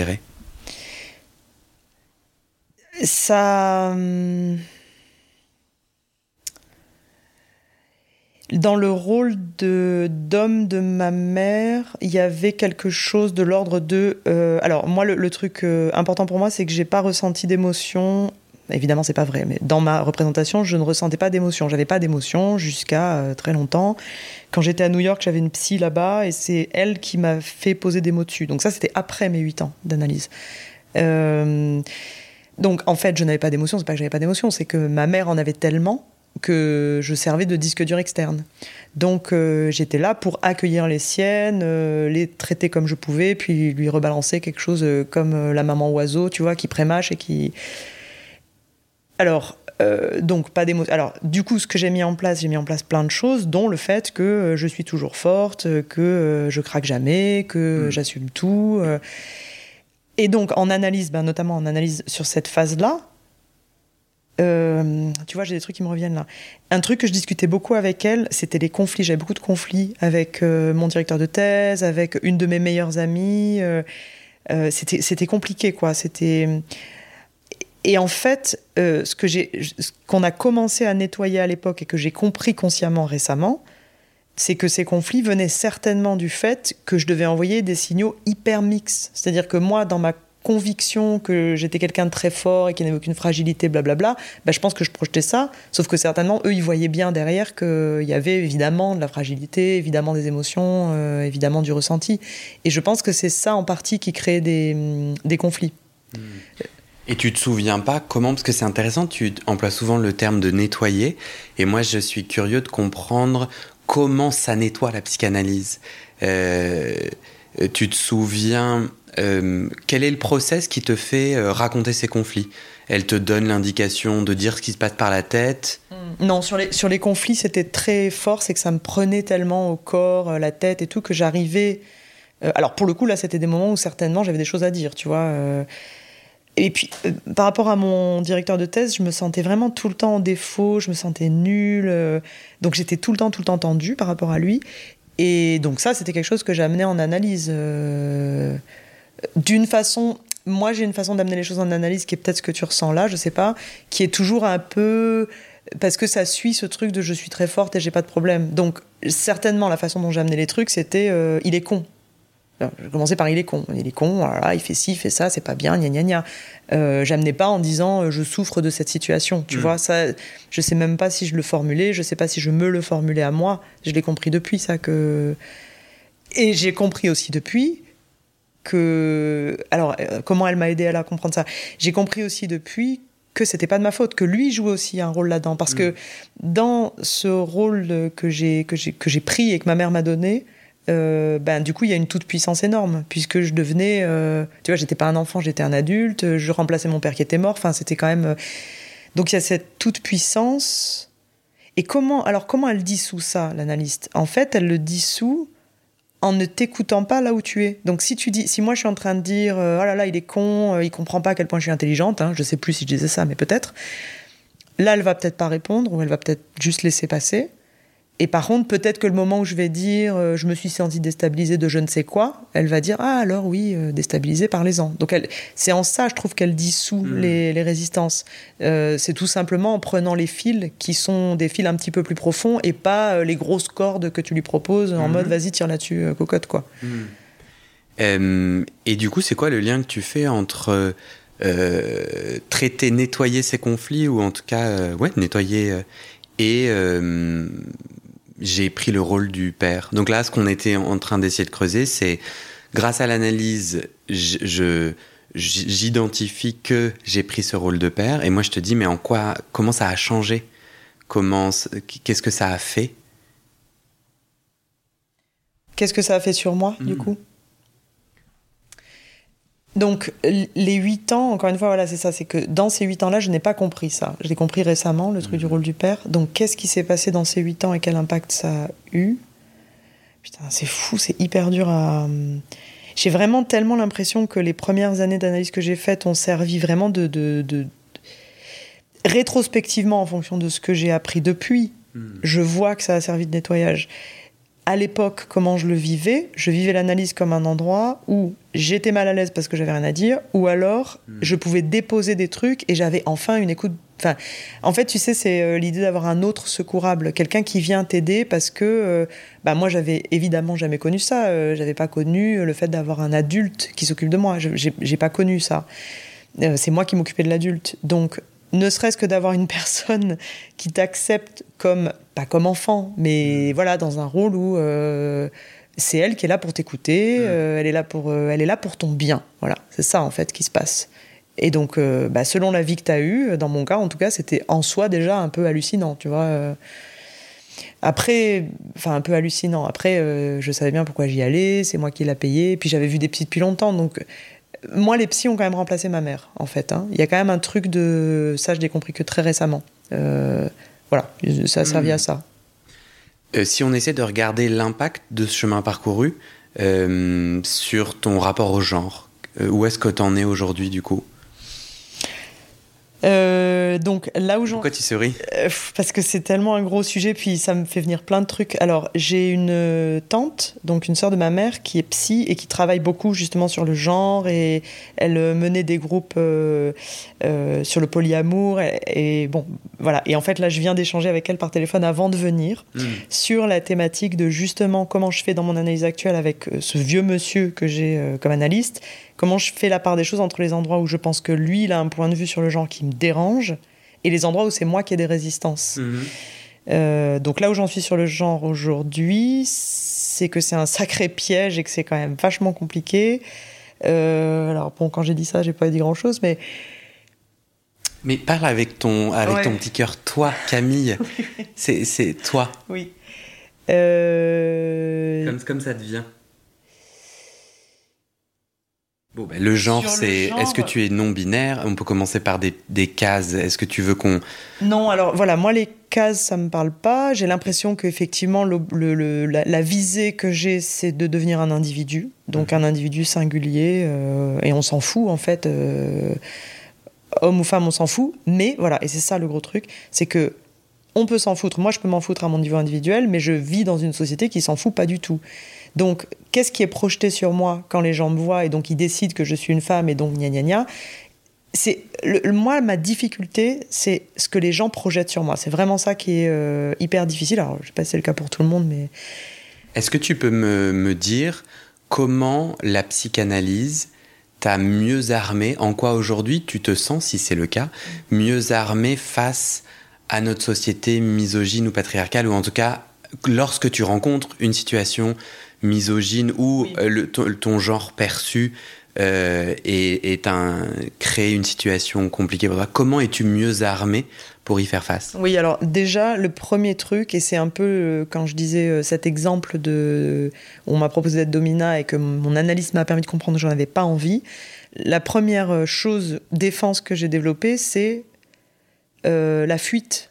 Ça... Hum... Dans le rôle de, d'homme de ma mère, il y avait quelque chose de l'ordre de... Euh, alors, moi, le, le truc euh, important pour moi, c'est que j'ai pas ressenti d'émotion. Évidemment, c'est pas vrai, mais dans ma représentation, je ne ressentais pas d'émotion. J'avais pas d'émotion jusqu'à euh, très longtemps. Quand j'étais à New York, j'avais une psy là-bas, et c'est elle qui m'a fait poser des mots dessus. Donc ça, c'était après mes huit ans d'analyse. Euh, donc, en fait, je n'avais pas d'émotion. C'est pas que j'avais pas d'émotion, c'est que ma mère en avait tellement que je servais de disque dur externe. Donc euh, j'étais là pour accueillir les siennes, euh, les traiter comme je pouvais, puis lui rebalancer quelque chose euh, comme euh, la maman oiseau, tu vois, qui prémâche et qui... Alors, euh, donc pas d'émotion. Alors, du coup, ce que j'ai mis en place, j'ai mis en place plein de choses, dont le fait que euh, je suis toujours forte, que euh, je craque jamais, que mmh. j'assume tout. Euh... Et donc, en analyse, ben, notamment en analyse sur cette phase-là, Euh, tu vois, j'ai des trucs qui me reviennent là. Un truc que je discutais beaucoup avec elle, c'était les conflits. J'avais beaucoup de conflits avec euh, mon directeur de thèse, avec une de mes meilleures amies. Euh, euh, c'était, c'était compliqué, quoi. C'était... Et en fait, euh, ce, que j'ai, ce qu'on a commencé à nettoyer à l'époque et que j'ai compris consciemment récemment, c'est que ces conflits venaient certainement du fait que je devais envoyer des signaux hyper mixtes. C'est-à-dire que moi, dans ma conviction que j'étais quelqu'un de très fort et qui n'avait aucune fragilité, blablabla, bah, je pense que je projetais ça, sauf que certainement, eux, ils voyaient bien derrière qu'il y avait évidemment de la fragilité, évidemment des émotions, euh, évidemment du ressenti. Et je pense que c'est ça en partie qui crée des, des conflits.
Mmh. Et tu te souviens pas comment, parce que c'est intéressant, tu emploies souvent le terme de nettoyer, et moi je suis curieux de comprendre comment ça nettoie la psychanalyse. Euh, tu te souviens... Euh, quel est le process qui te fait euh, raconter ces conflits ? Elle te donne l'indication de dire ce qui se passe par la tête ?
Non, sur les, sur les conflits, c'était très fort, c'est que ça me prenait tellement au corps, euh, la tête et tout, que j'arrivais... Euh, alors pour le coup, là, c'était des moments où certainement j'avais des choses à dire, tu vois. Euh, et puis, euh, par rapport à mon directeur de thèse, je me sentais vraiment tout le temps en défaut, je me sentais nulle, euh, donc j'étais tout le temps, tout le temps tendue par rapport à lui. Et donc ça, c'était quelque chose que j'amenais en analyse... Euh, d'une façon moi, j'ai une façon d'amener les choses en analyse qui est peut-être ce que tu ressens là, je sais pas, qui est toujours un peu... Parce que ça suit ce truc de je suis très forte et j'ai pas de problème. Donc, certainement, la façon dont j'ai amené les trucs, c'était euh, il est con. Alors, je commençais par il est con. Il est con, voilà, il fait ci, il fait ça, c'est pas bien, gna gna gna. Euh, j'amenais pas en disant euh, je souffre de cette situation. Tu mmh. vois, ça, je sais même pas si je le formulais, je sais pas si je me le formulais à moi. Je l'ai compris depuis, ça, que. Et j'ai compris aussi depuis que. Alors, euh, comment elle m'a aidé à la comprendre ça ? J'ai compris aussi depuis que c'était pas de ma faute, que lui jouait aussi un rôle là-dedans. Parce mmh. que dans ce rôle que j'ai, que j'ai, que j'ai pris et que ma mère m'a donné, euh, ben, du coup, il y a une toute-puissance énorme, puisque je devenais... Euh, tu vois, j'étais pas un enfant, j'étais un adulte, je remplaçais mon père qui était mort, enfin, c'était quand même... Euh, donc, il y a cette toute-puissance. Et comment... Alors, comment elle dissout ça, l'analyste ? En fait, elle le dissout en ne t'écoutant pas là où tu es. Donc si tu dis, si moi je suis en train de dire euh, oh là là il est con, euh, il comprend pas à quel point je suis intelligente, hein, je sais plus si je disais ça, mais peut-être. Là elle va peut-être pas répondre ou elle va peut-être juste laisser passer. Et par contre peut-être que le moment où je vais dire euh, je me suis sentie déstabilisée de je ne sais quoi, elle va dire ah alors oui euh, déstabilisée, parlez-en. Donc elle, c'est en ça je trouve qu'elle dissout mmh. les, les résistances. Euh, c'est tout simplement en prenant les fils qui sont des fils un petit peu plus profonds et pas euh, les grosses cordes que tu lui proposes en mmh. mode vas-y tire là-dessus euh, cocotte quoi. Mmh.
Euh, et du coup c'est quoi le lien que tu fais entre euh, traiter, nettoyer ces conflits ou en tout cas euh, ouais nettoyer euh, et euh, j'ai pris le rôle du père. Donc là, ce qu'on était en train d'essayer de creuser, c'est grâce à l'analyse, je, je, j'identifie que j'ai pris ce rôle de père. Et moi, je te dis, mais en quoi, comment ça a changé ? Comment, qu'est-ce que ça a fait ?
Qu'est-ce que ça a fait sur moi, mmh. du coup ? Donc, les huit ans, encore une fois, voilà, c'est ça, c'est que dans ces huit ans-là, je n'ai pas compris ça. Je l'ai compris récemment, le truc mmh. du rôle du père. Donc, qu'est-ce qui s'est passé dans ces huit ans et quel impact ça a eu ? Putain, c'est fou, c'est hyper dur à... J'ai vraiment tellement l'impression que les premières années d'analyse que j'ai faites ont servi vraiment de... de, de... rétrospectivement, en fonction de ce que j'ai appris depuis, mmh. je vois que ça a servi de nettoyage. À l'époque, comment je le vivais, je vivais l'analyse comme un endroit où j'étais mal à l'aise parce que j'avais rien à dire, ou alors mmh. je pouvais déposer des trucs et j'avais enfin une écoute. Enfin, en fait, tu sais, c'est euh, l'idée d'avoir un autre secourable, quelqu'un qui vient t'aider parce que, euh, bah moi, j'avais évidemment jamais connu ça. Euh, j'avais pas connu le fait d'avoir un adulte qui s'occupe de moi. Je, j'ai, j'ai pas connu ça. Euh, c'est moi qui m'occupais de l'adulte. Donc, ne serait-ce que d'avoir une personne qui t'accepte comme, pas comme enfant, mais voilà, dans un rôle où euh, c'est elle qui est là pour t'écouter, euh, elle est là pour, euh, elle est là pour ton bien. Voilà, c'est ça en fait qui se passe. Et donc, euh, bah, selon la vie que tu as eue, dans mon cas en tout cas, c'était en soi déjà un peu hallucinant, tu vois. Euh, après, enfin un peu hallucinant. Après, euh, je savais bien pourquoi j'y allais, c'est moi qui l'a payé, puis j'avais vu des psys depuis longtemps, donc... Moi, les psys ont quand même remplacé ma mère, en fait. Hein. Il y a quand même un truc de... Ça, je l'ai compris que très récemment. Euh, voilà, ça a servi mmh. à ça.
Euh, si on essaie de regarder l'impact de ce chemin parcouru euh, sur ton rapport au genre, euh, où est-ce que t'en es aujourd'hui, du coup ?
Euh, donc là où j'en...
Pourquoi tu souris ?
euh, Parce que c'est tellement un gros sujet, puis ça me fait venir plein de trucs. Alors, j'ai une tante, donc une sœur de ma mère, qui est psy et qui travaille beaucoup justement sur le genre, et elle menait des groupes euh, euh, sur le polyamour, et, et bon, voilà. Et en fait, là, je viens d'échanger avec elle par téléphone avant de venir, mmh. sur la thématique de justement comment je fais dans mon analyse actuelle avec ce vieux monsieur que j'ai euh, comme analyste, comment je fais la part des choses entre les endroits où je pense que lui, il a un point de vue sur le genre qui me dérange et les endroits où c'est moi qui ai des résistances. Mmh. Euh, donc là où j'en suis sur le genre aujourd'hui, c'est que c'est un sacré piège et que c'est quand même vachement compliqué. Euh, alors bon, quand j'ai dit ça, j'ai pas dit grand-chose, mais...
Mais parle avec ton, avec ouais. ton petit cœur, toi, Camille. c'est, c'est toi.
Oui. Euh...
Comme, comme ça devient. Bon, ben, le genre, Sur c'est... Le genre... Est-ce que tu es non-binaire ? On peut commencer par des, des cases. Est-ce que tu veux qu'on...
Non, alors voilà, moi, les cases, ça me parle pas. J'ai l'impression qu'effectivement, le, le, le, la, la visée que j'ai, c'est de devenir un individu. Donc, mmh. un individu singulier. Euh, et on s'en fout, en fait. Euh, homme ou femme, on s'en fout. Mais, voilà, et c'est ça le gros truc, c'est que on peut s'en foutre. Moi, je peux m'en foutre à mon niveau individuel, mais je vis dans une société qui s'en fout pas du tout. Donc, qu'est-ce qui est projeté sur moi quand les gens me voient et donc ils décident que je suis une femme et donc gna gna gna. C'est le, moi, ma difficulté, c'est ce que les gens projettent sur moi. C'est vraiment ça qui est euh, hyper difficile. Alors, je ne sais pas si c'est le cas pour tout le monde, mais...
Est-ce que tu peux me, me dire comment la psychanalyse t'a mieux armé, en quoi aujourd'hui tu te sens, si c'est le cas, mieux armé face à notre société misogyne ou patriarcale, ou en tout cas, lorsque tu rencontres une situation misogyne où oui. euh, le, ton, ton genre perçu euh, est, est un, crée une situation compliquée pour toi, comment es-tu mieux armé pour y faire face?
Oui, alors déjà, le premier truc, et c'est un peu euh, quand je disais euh, cet exemple de, où on m'a proposé d'être domina et que mon analyse m'a permis de comprendre que j'en avais pas envie, la première chose, défense que j'ai développée, c'est euh, la fuite.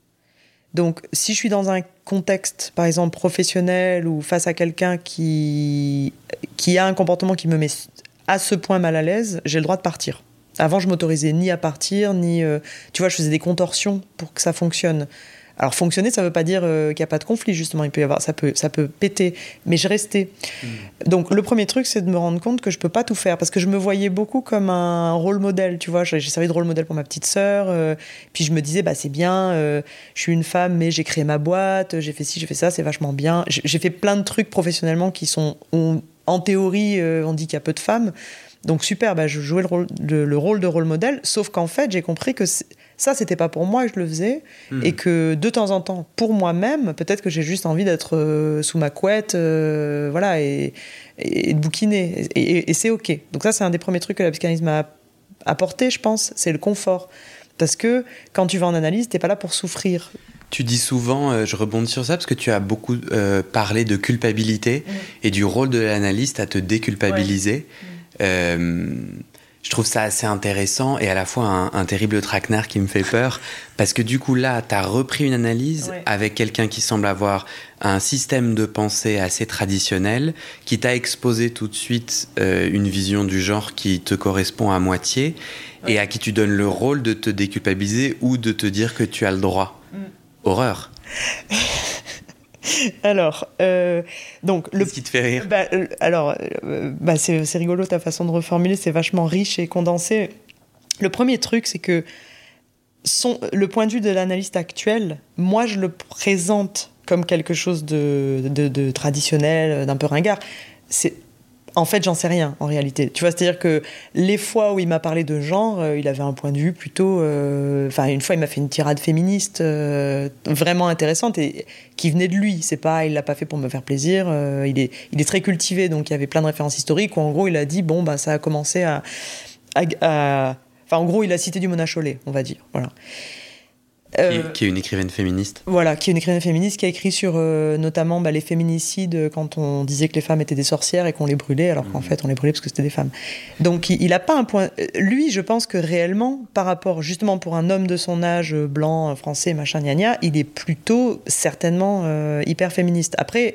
Donc, si je suis dans un contexte, par exemple, professionnel ou face à quelqu'un qui, qui a un comportement qui me met à ce point mal à l'aise, j'ai le droit de partir. Avant, je m'autorisais ni à partir, ni... Euh, tu vois, je faisais des contorsions pour que ça fonctionne. Alors, fonctionner, ça ne veut pas dire euh, qu'il n'y a pas de conflit, justement. Il peut y avoir, ça peut, ça peut péter. Mais je restais. Mmh. Donc, le premier truc, c'est de me rendre compte que je ne peux pas tout faire. Parce que je me voyais beaucoup comme un rôle modèle, tu vois. J'ai servi de rôle modèle pour ma petite sœur. Euh, puis, je me disais, bah, c'est bien, euh, je suis une femme, mais j'ai créé ma boîte, j'ai fait ci, j'ai fait ça, c'est vachement bien. J'ai, j'ai fait plein de trucs professionnellement qui sont... On, en théorie, euh, on dit qu'il y a peu de femmes. Donc super, bah, je jouais le rôle, le, le rôle de rôle modèle, sauf qu'en fait, j'ai compris que ça, c'était pas pour moi que je le faisais, mmh. et que de temps en temps, pour moi-même, peut-être que j'ai juste envie d'être euh, sous ma couette, euh, voilà, et, et, et de bouquiner, et, et, et c'est ok. Donc ça, c'est un des premiers trucs que la psychanalyse m'a apporté, je pense, c'est le confort. Parce que quand tu vas en analyse, t'es pas là pour souffrir.
Tu dis souvent, euh, je rebondis sur ça, parce que tu as beaucoup euh, parlé de culpabilité, mmh. et du rôle de l'analyste à te déculpabiliser. Ouais. Mmh. Euh, je trouve ça assez intéressant et à la fois un, un terrible traquenard qui me fait peur parce que du coup là t'as repris une analyse ouais. avec quelqu'un qui semble avoir un système de pensée assez traditionnel qui t'a exposé tout de suite euh, une vision du genre qui te correspond à moitié ouais. et à qui tu donnes le rôle de te déculpabiliser ou de te dire que tu as le droit. Mm. Horreur.
Alors, euh, donc...
Qu'est-ce le, qui te fait rire?
bah, Alors, euh, bah, c'est, c'est rigolo ta façon de reformuler, c'est vachement riche et condensé. Le premier truc, c'est que son, le point de vue de l'analyste actuel, moi, je le présente comme quelque chose de, de, de traditionnel, d'un peu ringard. C'est... En fait, j'en sais rien, en réalité. Tu vois, c'est-à-dire que les fois où il m'a parlé de genre, euh, il avait un point de vue plutôt... Enfin, euh, une fois, il m'a fait une tirade féministe euh, vraiment intéressante et qui venait de lui. C'est pas, il l'a pas fait pour me faire plaisir. Euh, il est, il est très cultivé, donc il y avait plein de références historiques où, en gros, il a dit, bon, bah, ça a commencé à... à, à... Enfin, en gros, il a cité du Mona Chollet, on va dire. Voilà.
Euh, qui, qui est une écrivaine féministe.
Voilà, qui est une écrivaine féministe qui a écrit sur euh, notamment bah, les féminicides quand on disait que les femmes étaient des sorcières et qu'on les brûlait, alors qu'en mmh. fait on les brûlait parce que c'était des femmes. Donc il n'a pas un point... Lui, je pense que réellement, par rapport justement pour un homme de son âge, blanc, français, machin, gna gna, il est plutôt certainement euh, hyper féministe. Après...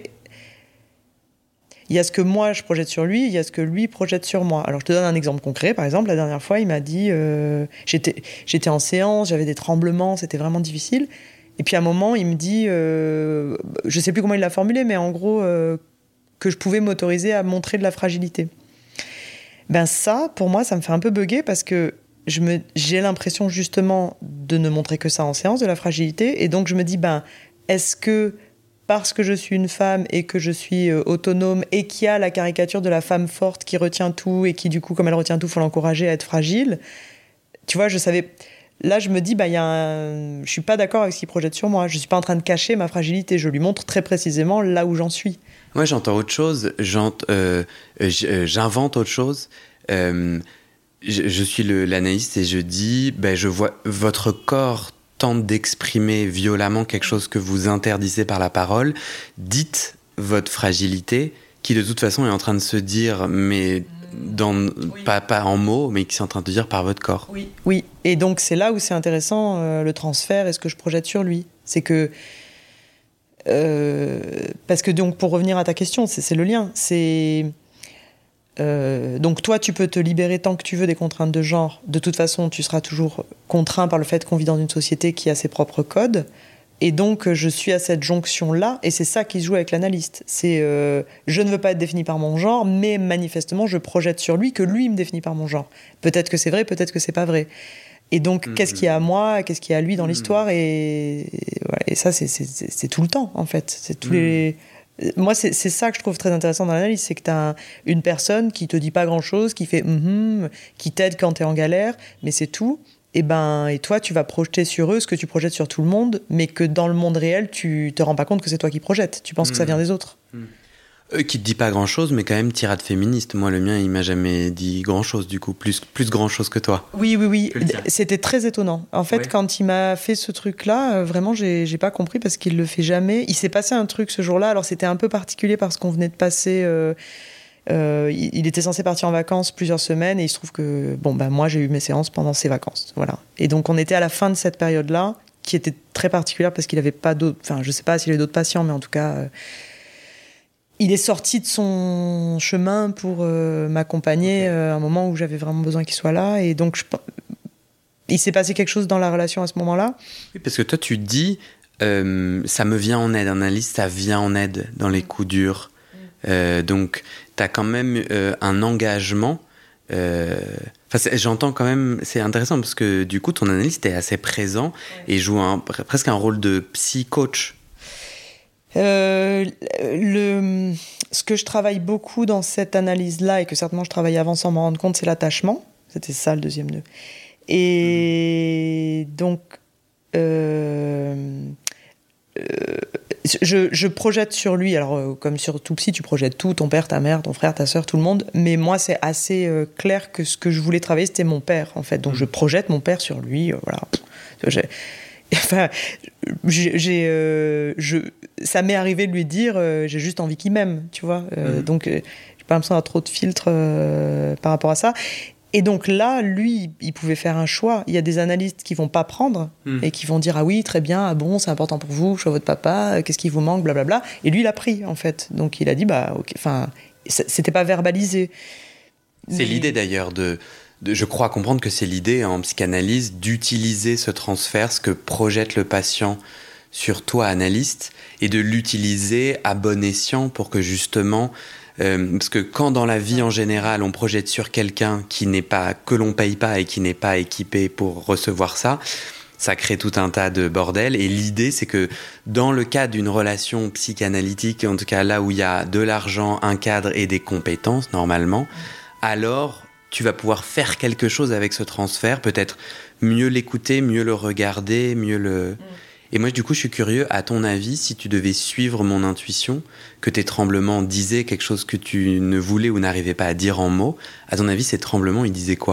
Il y a ce que moi je projette sur lui, il y a ce que lui projette sur moi. Alors je te donne un exemple concret. Par exemple, la dernière fois, il m'a dit, euh, j'étais, j'étais en séance, j'avais des tremblements, c'était vraiment difficile. Et puis à un moment, il me dit, euh, je sais plus comment il l'a formulé, mais en gros, euh, que je pouvais m'autoriser à montrer de la fragilité. Ben ça, pour moi, ça me fait un peu bugger parce que je me, j'ai l'impression justement de ne montrer que ça en séance, de la fragilité. Et donc je me dis, ben, est-ce que parce que je suis une femme et que je suis euh, autonome et qu'il y a la caricature de la femme forte qui retient tout et qui, du coup, comme elle retient tout, il faut l'encourager à être fragile. Tu vois, je savais... Là, je me dis, bah, y a un... je suis pas d'accord avec ce qu'il projette sur moi. Je suis pas en train de cacher ma fragilité. Je lui montre très précisément là où j'en suis.
Moi, j'entends autre chose. J'ent... Euh, j'invente autre chose. Euh, je, je suis le, l'analyste et je dis, bah, je vois votre corps tente d'exprimer violemment quelque chose que vous interdisez par la parole, dites votre fragilité, qui de toute façon est en train de se dire, mais dans, oui. pas, pas en mots, mais qui est en train de dire par votre corps.
Oui, oui. Et donc c'est là où c'est intéressant, euh, le transfert et ce que je projette sur lui. C'est que... Euh, parce que donc, pour revenir à ta question, c'est, c'est le lien. C'est... Euh, donc toi, tu peux te libérer tant que tu veux des contraintes de genre. De toute façon, tu seras toujours contraint par le fait qu'on vit dans une société qui a ses propres codes. Et donc, je suis à cette jonction-là, et c'est ça qui se joue avec l'analyste. C'est, euh, je ne veux pas être défini par mon genre, mais manifestement, je projette sur lui que lui me définit par mon genre. Peut-être que c'est vrai, peut-être que c'est pas vrai. Et donc, mmh. qu'est-ce qu'il y a à moi, qu'est-ce qu'il y a à lui dans mmh. l'histoire, et, et, ouais, et ça, c'est, c'est, c'est, c'est tout le temps, en fait. C'est tous mmh. les... Moi, c'est, c'est ça que je trouve très intéressant dans l'analyse, c'est que tu as un, une personne qui te dit pas grand-chose, qui fait mm-hmm, qui t'aide quand tu es en galère, mais c'est tout. Et, ben, et toi, tu vas projeter sur eux ce que tu projettes sur tout le monde, mais que dans le monde réel, tu te rends pas compte que c'est toi qui projettes. Tu penses mmh. que ça vient des autres.
Mmh. Euh, qui te dit pas grand-chose, mais quand même tirade féministe. Moi, le mien, il m'a jamais dit grand-chose, du coup. Plus, plus grand-chose que toi.
Oui, oui, oui. C'était très étonnant. En fait, ouais. quand il m'a fait ce truc-là, euh, vraiment, j'ai, j'ai pas compris parce qu'il le fait jamais. Il s'est passé un truc ce jour-là. Alors, c'était un peu particulier parce qu'on venait de passer... Euh, Euh, il était censé partir en vacances plusieurs semaines et il se trouve que bon, ben, moi j'ai eu mes séances pendant ses vacances, voilà. Et donc on était à la fin de cette période-là qui était très particulière parce qu'il avait pas d'autres, enfin je sais pas s'il avait d'autres patients, mais en tout cas euh, il est sorti de son chemin pour euh, m'accompagner okay. euh, à un moment où j'avais vraiment besoin qu'il soit là, et donc je, il s'est passé quelque chose dans la relation à ce moment-là.
Oui, parce que toi tu dis euh, ça me vient en aide, un analyste ça vient en aide dans les coups durs. Euh, donc, tu as quand même euh, un engagement. Euh, j'entends quand même, c'est intéressant parce que du coup, ton analyste est assez présent ouais. et joue un, presque un rôle de psy-coach.
Euh, le, ce que je travaille beaucoup dans cette analyse-là et que certainement je travaillais avant sans m'en rendre compte, c'est l'attachement. C'était ça le deuxième nœud. Et mmh. donc, euh, euh, Je, je projette sur lui, alors euh, comme sur tout psy, tu projettes tout, ton père, ta mère, ton frère, ta sœur, tout le monde, mais moi c'est assez euh, clair que ce que je voulais travailler c'était mon père en fait, donc mmh. je projette mon père sur lui, euh, voilà. J'ai, enfin, j'ai, j'ai, euh, je, ça m'est arrivé de lui dire euh, j'ai juste envie qu'il m'aime, tu vois, euh, mmh. donc euh, j'ai pas l'impression d'avoir trop de filtres euh, par rapport à ça. Et donc là, lui, il pouvait faire un choix. Il y a des analystes qui vont pas prendre mmh. et qui vont dire ah oui, très bien, ah bon, c'est important pour vous, je suis votre papa, qu'est-ce qui vous manque, blablabla. Et lui, il a pris en fait. Donc il a dit bah ok, enfin, c'était pas verbalisé.
C'est Mais... l'idée d'ailleurs de, de, je crois comprendre que c'est l'idée en psychanalyse d'utiliser ce transfert, ce que projette le patient sur toi, analyste, et de l'utiliser à bon escient pour que justement Euh, parce que quand dans la vie en général on projette sur quelqu'un qui n'est pas, que l'on paye pas et qui n'est pas équipé pour recevoir ça, ça crée tout un tas de bordel. Et l'idée c'est que dans le cadre d'une relation psychanalytique, en tout cas là où il y a de l'argent, un cadre et des compétences normalement, alors tu vas pouvoir faire quelque chose avec ce transfert, peut-être mieux l'écouter, mieux le regarder, mieux le... Et moi, du coup, je suis curieux, à ton avis, si tu devais suivre mon intuition, que tes tremblements disaient quelque chose que tu ne voulais ou n'arrivais pas à dire en mots, à ton avis, ces tremblements, ils disaient quoi ?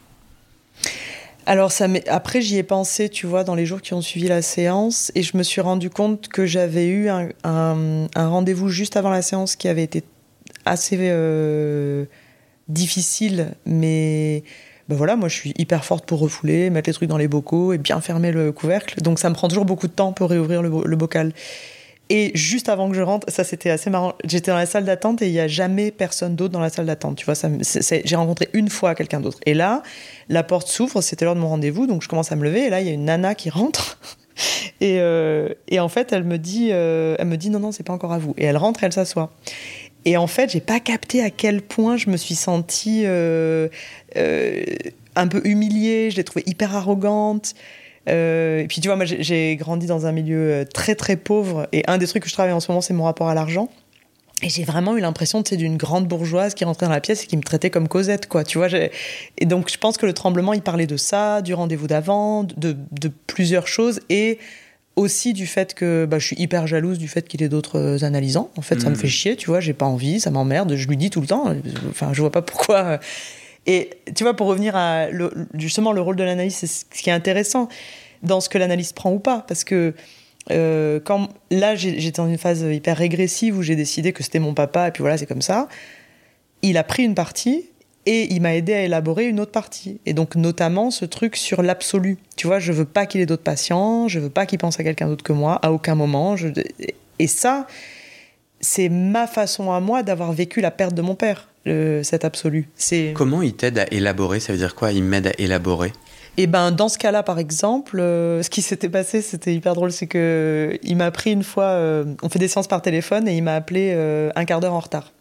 Alors, ça m'est... après, j'y ai pensé, tu vois, dans les jours qui ont suivi la séance, et je me suis rendu compte que j'avais eu un, un, un rendez-vous juste avant la séance qui avait été assez euh, difficile, mais... Ben voilà, moi je suis hyper forte pour refouler, mettre les trucs dans les bocaux et bien fermer le couvercle. Donc ça me prend toujours beaucoup de temps pour réouvrir le, bo- le bocal. Et juste avant que je rentre, ça c'était assez marrant, j'étais dans la salle d'attente et il n'y a jamais personne d'autre dans la salle d'attente. Tu vois, ça, c'est, c'est, j'ai rencontré une fois quelqu'un d'autre. Et là, la porte s'ouvre, c'était l'heure de mon rendez-vous, donc je commence à me lever et là il y a une nana qui rentre. et, euh, et en fait, elle me dit, euh, elle me dit non, non, c'est pas encore à vous. Et elle rentre et elle s'assoit. Et en fait, j'ai pas capté à quel point je me suis sentie euh, euh, un peu humiliée. Je l'ai trouvée hyper arrogante. Euh, et puis, tu vois, moi, j'ai, j'ai grandi dans un milieu très, très pauvre. Et un des trucs que je travaille en ce moment, c'est mon rapport à l'argent. Et j'ai vraiment eu l'impression, tu sais, d'une grande bourgeoise qui rentrait dans la pièce et qui me traitait comme Cosette, quoi. Tu vois, j'ai... Et donc, je pense que le tremblement, il parlait de ça, du rendez-vous d'avant, de, de plusieurs choses. Et... aussi du fait que bah, je suis hyper jalouse du fait qu'il ait d'autres analysants. En fait, mmh. ça me fait chier, tu vois, j'ai pas envie, ça m'emmerde, je lui dis tout le temps. Enfin, je vois pas pourquoi. Et tu vois, pour revenir à le, justement le rôle de l'analyse, c'est ce qui est intéressant dans ce que l'analyse prend ou pas, parce que euh, quand là j'étais dans une phase hyper régressive où j'ai décidé que c'était mon papa et puis voilà, c'est comme ça. Il a pris une partie. Et il m'a aidé à élaborer une autre partie. Et donc, notamment, ce truc sur l'absolu. Tu vois, je veux pas qu'il ait d'autres patients, je veux pas qu'il pense à quelqu'un d'autre que moi, à aucun moment. Je... Et ça, c'est ma façon à moi d'avoir vécu la perte de mon père, le... cet absolu. C'est...
Comment il t'aide à élaborer ? Ça veut dire quoi ? Il m'aide à élaborer ?
Et ben dans ce cas-là, par exemple, euh, ce qui s'était passé, c'était hyper drôle, c'est que il m'a pris une fois, euh, on fait des séances par téléphone et il m'a appelé euh, un quart d'heure en retard.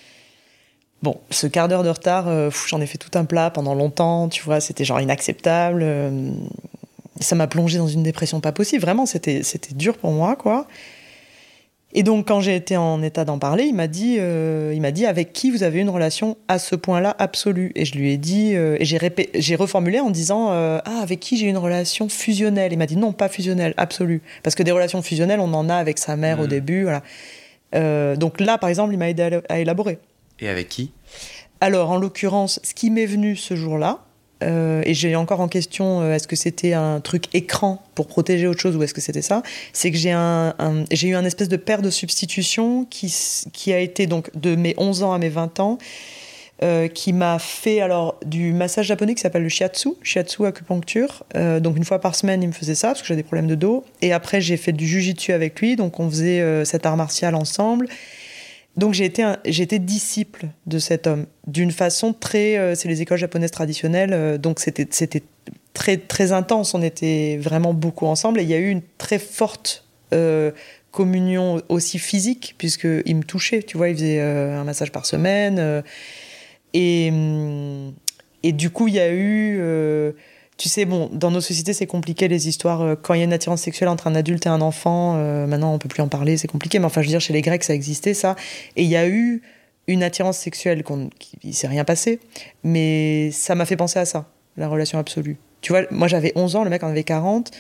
Bon, ce quart d'heure de retard, euh, pff, j'en ai fait tout un plat pendant longtemps, tu vois, c'était genre inacceptable. Euh, ça m'a plongée dans une dépression pas possible, vraiment, c'était c'était dur pour moi, quoi. Et donc, quand j'ai été en état d'en parler, il m'a dit, euh, il m'a dit avec qui vous avez une relation à ce point-là absolue. Et je lui ai dit, euh, et j'ai, répé- j'ai reformulé en disant, euh, ah, avec qui j'ai une relation fusionnelle. Il m'a dit non, pas fusionnelle, absolue. Parce que des relations fusionnelles, on en a avec sa mère mmh. au début. Voilà. Euh, donc là, par exemple, il m'a aidé à, à élaborer.
Et avec qui ?
Alors, en l'occurrence, ce qui m'est venu ce jour-là, Euh, et j'ai encore en question euh, est-ce que c'était un truc écran pour protéger autre chose ou est-ce que c'était ça, c'est que j'ai, un, un, j'ai eu un espèce de paire de substitution qui, qui a été donc de mes onze ans à mes vingt ans, euh, qui m'a fait alors du massage japonais qui s'appelle le shiatsu, shiatsu acupuncture, euh, donc une fois par semaine il me faisait ça parce que j'avais des problèmes de dos, et après j'ai fait du jujitsu avec lui, donc on faisait euh, cet art martial ensemble. Donc j'ai été, un, j'ai été disciple de cet homme, d'une façon très... Euh, c'est les écoles japonaises traditionnelles, euh, donc c'était, c'était très, très intense, on était vraiment beaucoup ensemble, et il y a eu une très forte euh, communion aussi physique, puisqu'il me touchait, tu vois, il faisait euh, un massage par semaine, euh, et, et du coup il y a eu... Euh, tu sais, bon, dans nos sociétés, c'est compliqué, les histoires. Euh, quand il y a une attirance sexuelle entre un adulte et un enfant, euh, maintenant, on peut plus en parler, c'est compliqué. Mais enfin, je veux dire, chez les Grecs, ça existait, ça. Et il y a eu une attirance sexuelle, qu'on, qui, il s'est rien passé. Mais ça m'a fait penser à ça, la relation absolue. Tu vois, moi, j'avais onze ans, le mec en avait quarante.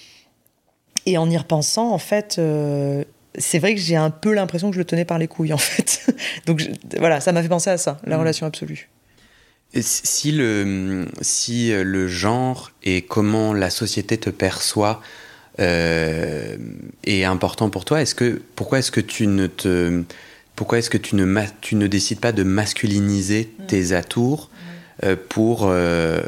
Et en y repensant, en fait, euh, c'est vrai que j'ai un peu l'impression que je le tenais par les couilles, en fait. Donc, je, voilà, ça m'a fait penser à ça, la mmh. relation absolue.
Si le, si le genre et comment la société te perçoit euh, est important pour toi, est-ce que, pourquoi est-ce que tu ne te, pourquoi est-ce que tu ne, ma, tu ne décides pas de masculiniser mmh. tes atours mmh. euh, pour... Euh,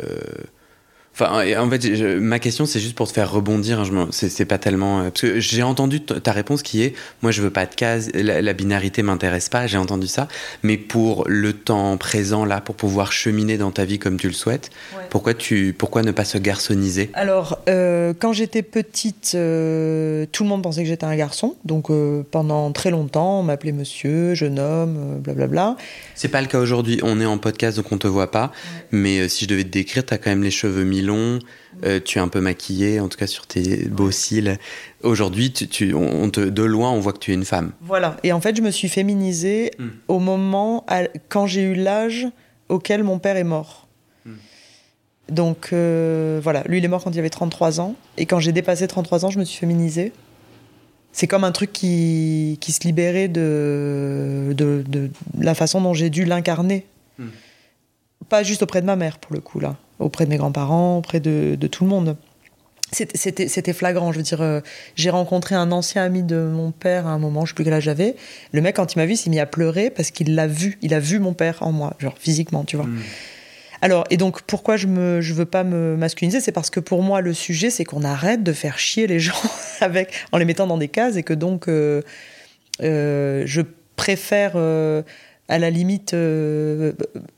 Enfin, en fait, je, ma question, c'est juste pour te faire rebondir. Hein, je c'est, c'est pas tellement... Parce que j'ai entendu t- ta réponse qui est « Moi, je veux pas de case, la, la binarité m'intéresse pas. » J'ai entendu ça. Mais pour le temps présent, là, pour pouvoir cheminer dans ta vie comme tu le souhaites, ouais. pourquoi, tu, pourquoi ne pas se garçonniser ?
Alors, euh, quand j'étais petite, euh, tout le monde pensait que j'étais un garçon. Donc, euh, pendant très longtemps, on m'appelait monsieur, jeune homme, euh, blablabla.
C'est pas le cas aujourd'hui. On est en podcast, donc on te voit pas. Ouais. Mais euh, si je devais te décrire, t'as quand même les cheveux mi long, euh, tu es un peu maquillée, en tout cas sur tes beaux cils. Aujourd'hui, tu, tu, on te, de loin, on voit que tu es une femme.
Voilà. Et en fait, je me suis féminisée mmh. au moment, à, quand j'ai eu l'âge auquel mon père est mort. Mmh. Donc, euh, voilà. Lui, il est mort quand il avait trente-trois ans. Et quand j'ai dépassé trente-trois ans, je me suis féminisée. C'est comme un truc qui, qui se libérait de, de, de la façon dont j'ai dû l'incarner. Mmh. Pas juste auprès de ma mère, pour le coup, là. Auprès de mes grands-parents, auprès de, de tout le monde. C'était, c'était, c'était flagrant, je veux dire. Euh, j'ai rencontré un ancien ami de mon père à un moment, je sais plus quel âge j'avais. Le mec, quand il m'a vu, il s'est mis à pleurer parce qu'il l'a vu. Il a vu mon père en moi, genre physiquement, tu vois. Mmh. Alors, et donc, pourquoi je me, je veux pas me masculiniser ? C'est parce que pour moi, le sujet, c'est qu'on arrête de faire chier les gens avec, en les mettant dans des cases, et que donc, euh, euh, je préfère, euh, à la limite... Euh,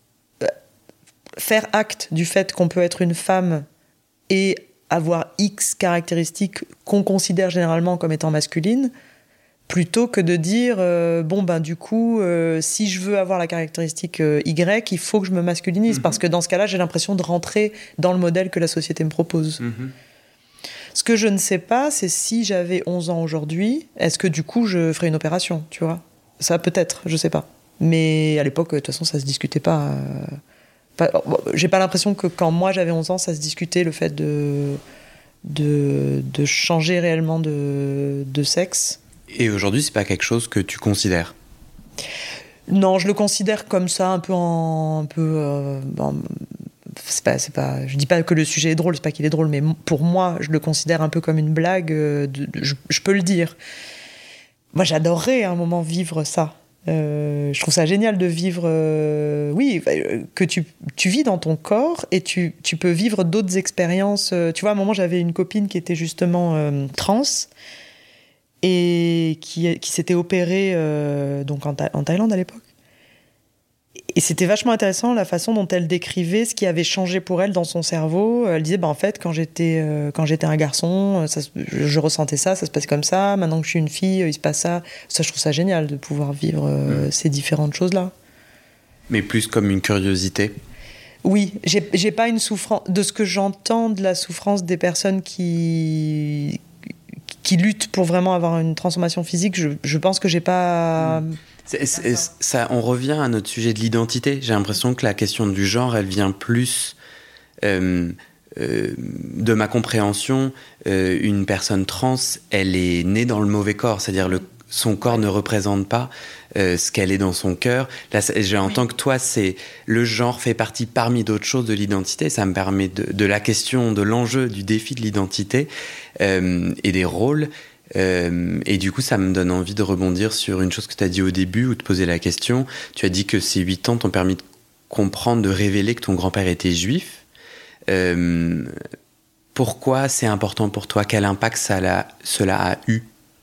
faire acte du fait qu'on peut être une femme et avoir X caractéristiques qu'on considère généralement comme étant masculines, plutôt que de dire euh, bon ben du coup euh, si je veux avoir la caractéristique euh, Y, il faut que je me masculinise, mmh. parce que dans ce cas-là j'ai l'impression de rentrer dans le modèle que la société me propose. Mmh. Ce que je ne sais pas, c'est si j'avais onze ans aujourd'hui, est-ce que du coup je ferais une opération, tu vois ? Ça peut-être, je sais pas. Mais à l'époque de toute façon ça se discutait pas. Euh... Pas, j'ai pas l'impression que quand moi j'avais onze ans, ça se discutait, le fait de, de, de changer réellement de, de sexe.
Et aujourd'hui, c'est pas quelque chose que tu considères ?
Non, je le considère comme ça, un peu en. Un peu, euh, en, c'est pas, c'est pas, je dis pas que le sujet est drôle, c'est pas qu'il est drôle, mais pour moi, je le considère un peu comme une blague. De, de, je, je peux le dire. Moi, j'adorerais à un moment vivre ça. Euh, je trouve ça génial de vivre, euh, oui, que tu, tu vis dans ton corps et tu, tu peux vivre d'autres expériences. Tu vois, à un moment, j'avais une copine qui était justement euh, trans et qui, qui s'était opérée euh, donc en, Tha- en Thaïlande à l'époque. Et c'était vachement intéressant la façon dont elle décrivait ce qui avait changé pour elle dans son cerveau. Elle disait, bah, en fait, quand j'étais, euh, quand j'étais un garçon, ça, je, je ressentais ça, ça se passait comme ça. Maintenant que je suis une fille, il se passe ça. Ça, je trouve ça génial de pouvoir vivre euh, mmh. ces différentes choses-là.
Mais plus comme une curiosité.
Oui, j'ai, j'ai pas une souffrance... De ce que j'entends de la souffrance des personnes qui, qui luttent pour vraiment avoir une transformation physique, je, je pense que j'ai pas... Mmh.
C'est, c'est, ça, on revient à notre sujet de l'identité. J'ai l'impression que la question du genre, elle vient plus euh, euh, de ma compréhension. Euh, une personne trans, elle est née dans le mauvais corps, c'est-à-dire le, son corps ne représente pas euh, ce qu'elle est dans son cœur. Là, j'entends oui. que toi, c'est le genre fait partie parmi d'autres choses de l'identité. Ça me permet de, de la question, de l'enjeu, du défi de l'identité euh, et des rôles. Euh, et du coup, ça me donne envie de rebondir sur une chose que tu as dit au début ou de poser la question. Tu as dit que ces huit ans t'ont permis de comprendre, de révéler que ton grand-père était juif. Euh, pourquoi c'est important pour toi? Quel impact ça a, cela a eu?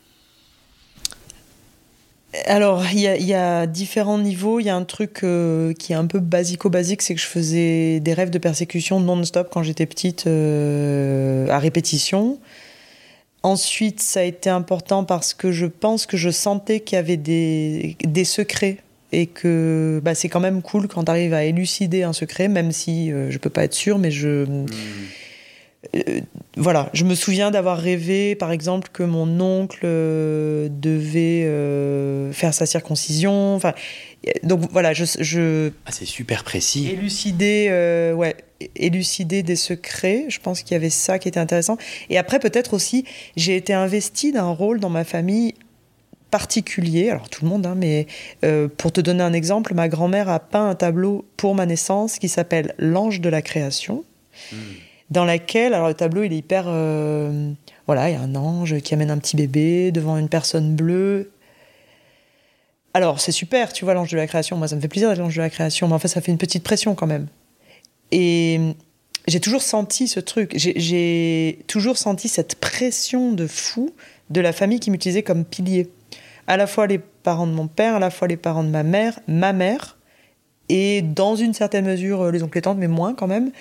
Alors, il y, y a différents niveaux. Il y a un truc euh, qui est un peu basico-basique, c'est que je faisais des rêves de persécution non-stop quand j'étais petite, euh, à répétition. Ensuite, ça a été important parce que je pense que je sentais qu'il y avait des, des secrets et que bah, c'est quand même cool quand tu arrives à élucider un secret, même si euh, je peux pas être sûre, mais je... Mmh. Euh, voilà, je me souviens d'avoir rêvé, par exemple, que mon oncle euh, devait euh, faire sa circoncision. Enfin, donc voilà, je, je
ah, c'est super précis.
Élucider, euh, ouais, élucider des secrets. Je pense qu'il y avait ça qui était intéressant. Et après, peut-être aussi, j'ai été investie d'un rôle dans ma famille particulier. Alors tout le monde, hein, mais euh, pour te donner un exemple, ma grand-mère a peint un tableau pour ma naissance qui s'appelle L'Ange de la Création. Mmh. Dans laquelle, alors le tableau, il est hyper... Euh, voilà, il y a un ange qui amène un petit bébé devant une personne bleue. Alors, c'est super, tu vois, l'ange de la création. Moi, ça me fait plaisir d'être l'ange de la création, mais en fait, ça fait une petite pression quand même. Et j'ai toujours senti ce truc. J'ai, j'ai toujours senti cette pression de fou de la famille qui m'utilisait comme pilier. À la fois les parents de mon père, à la fois les parents de ma mère, ma mère, et dans une certaine mesure, les oncles et tantes, mais moins quand même.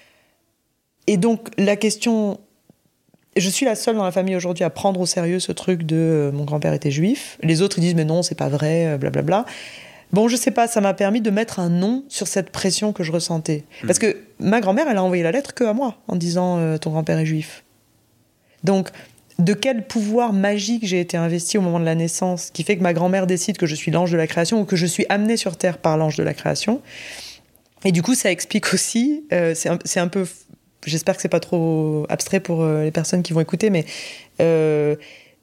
Et donc, la question... Je suis la seule dans la famille aujourd'hui à prendre au sérieux ce truc de euh, « mon grand-père était juif ». Les autres, ils disent « mais non, c'est pas vrai, blablabla ». Bon, je sais pas, ça m'a permis de mettre un nom sur cette pression que je ressentais. Mmh. Parce que ma grand-mère, elle a envoyé la lettre que à moi, en disant euh, « ton grand-père est juif ». Donc, de quel pouvoir magique j'ai été investie au moment de la naissance, qui fait que ma grand-mère décide que je suis l'ange de la création ou que je suis amenée sur Terre par l'ange de la création. Et du coup, ça explique aussi, euh, c'est, un, c'est un peu... J'espère que c'est pas trop abstrait pour euh, les personnes qui vont écouter, mais euh,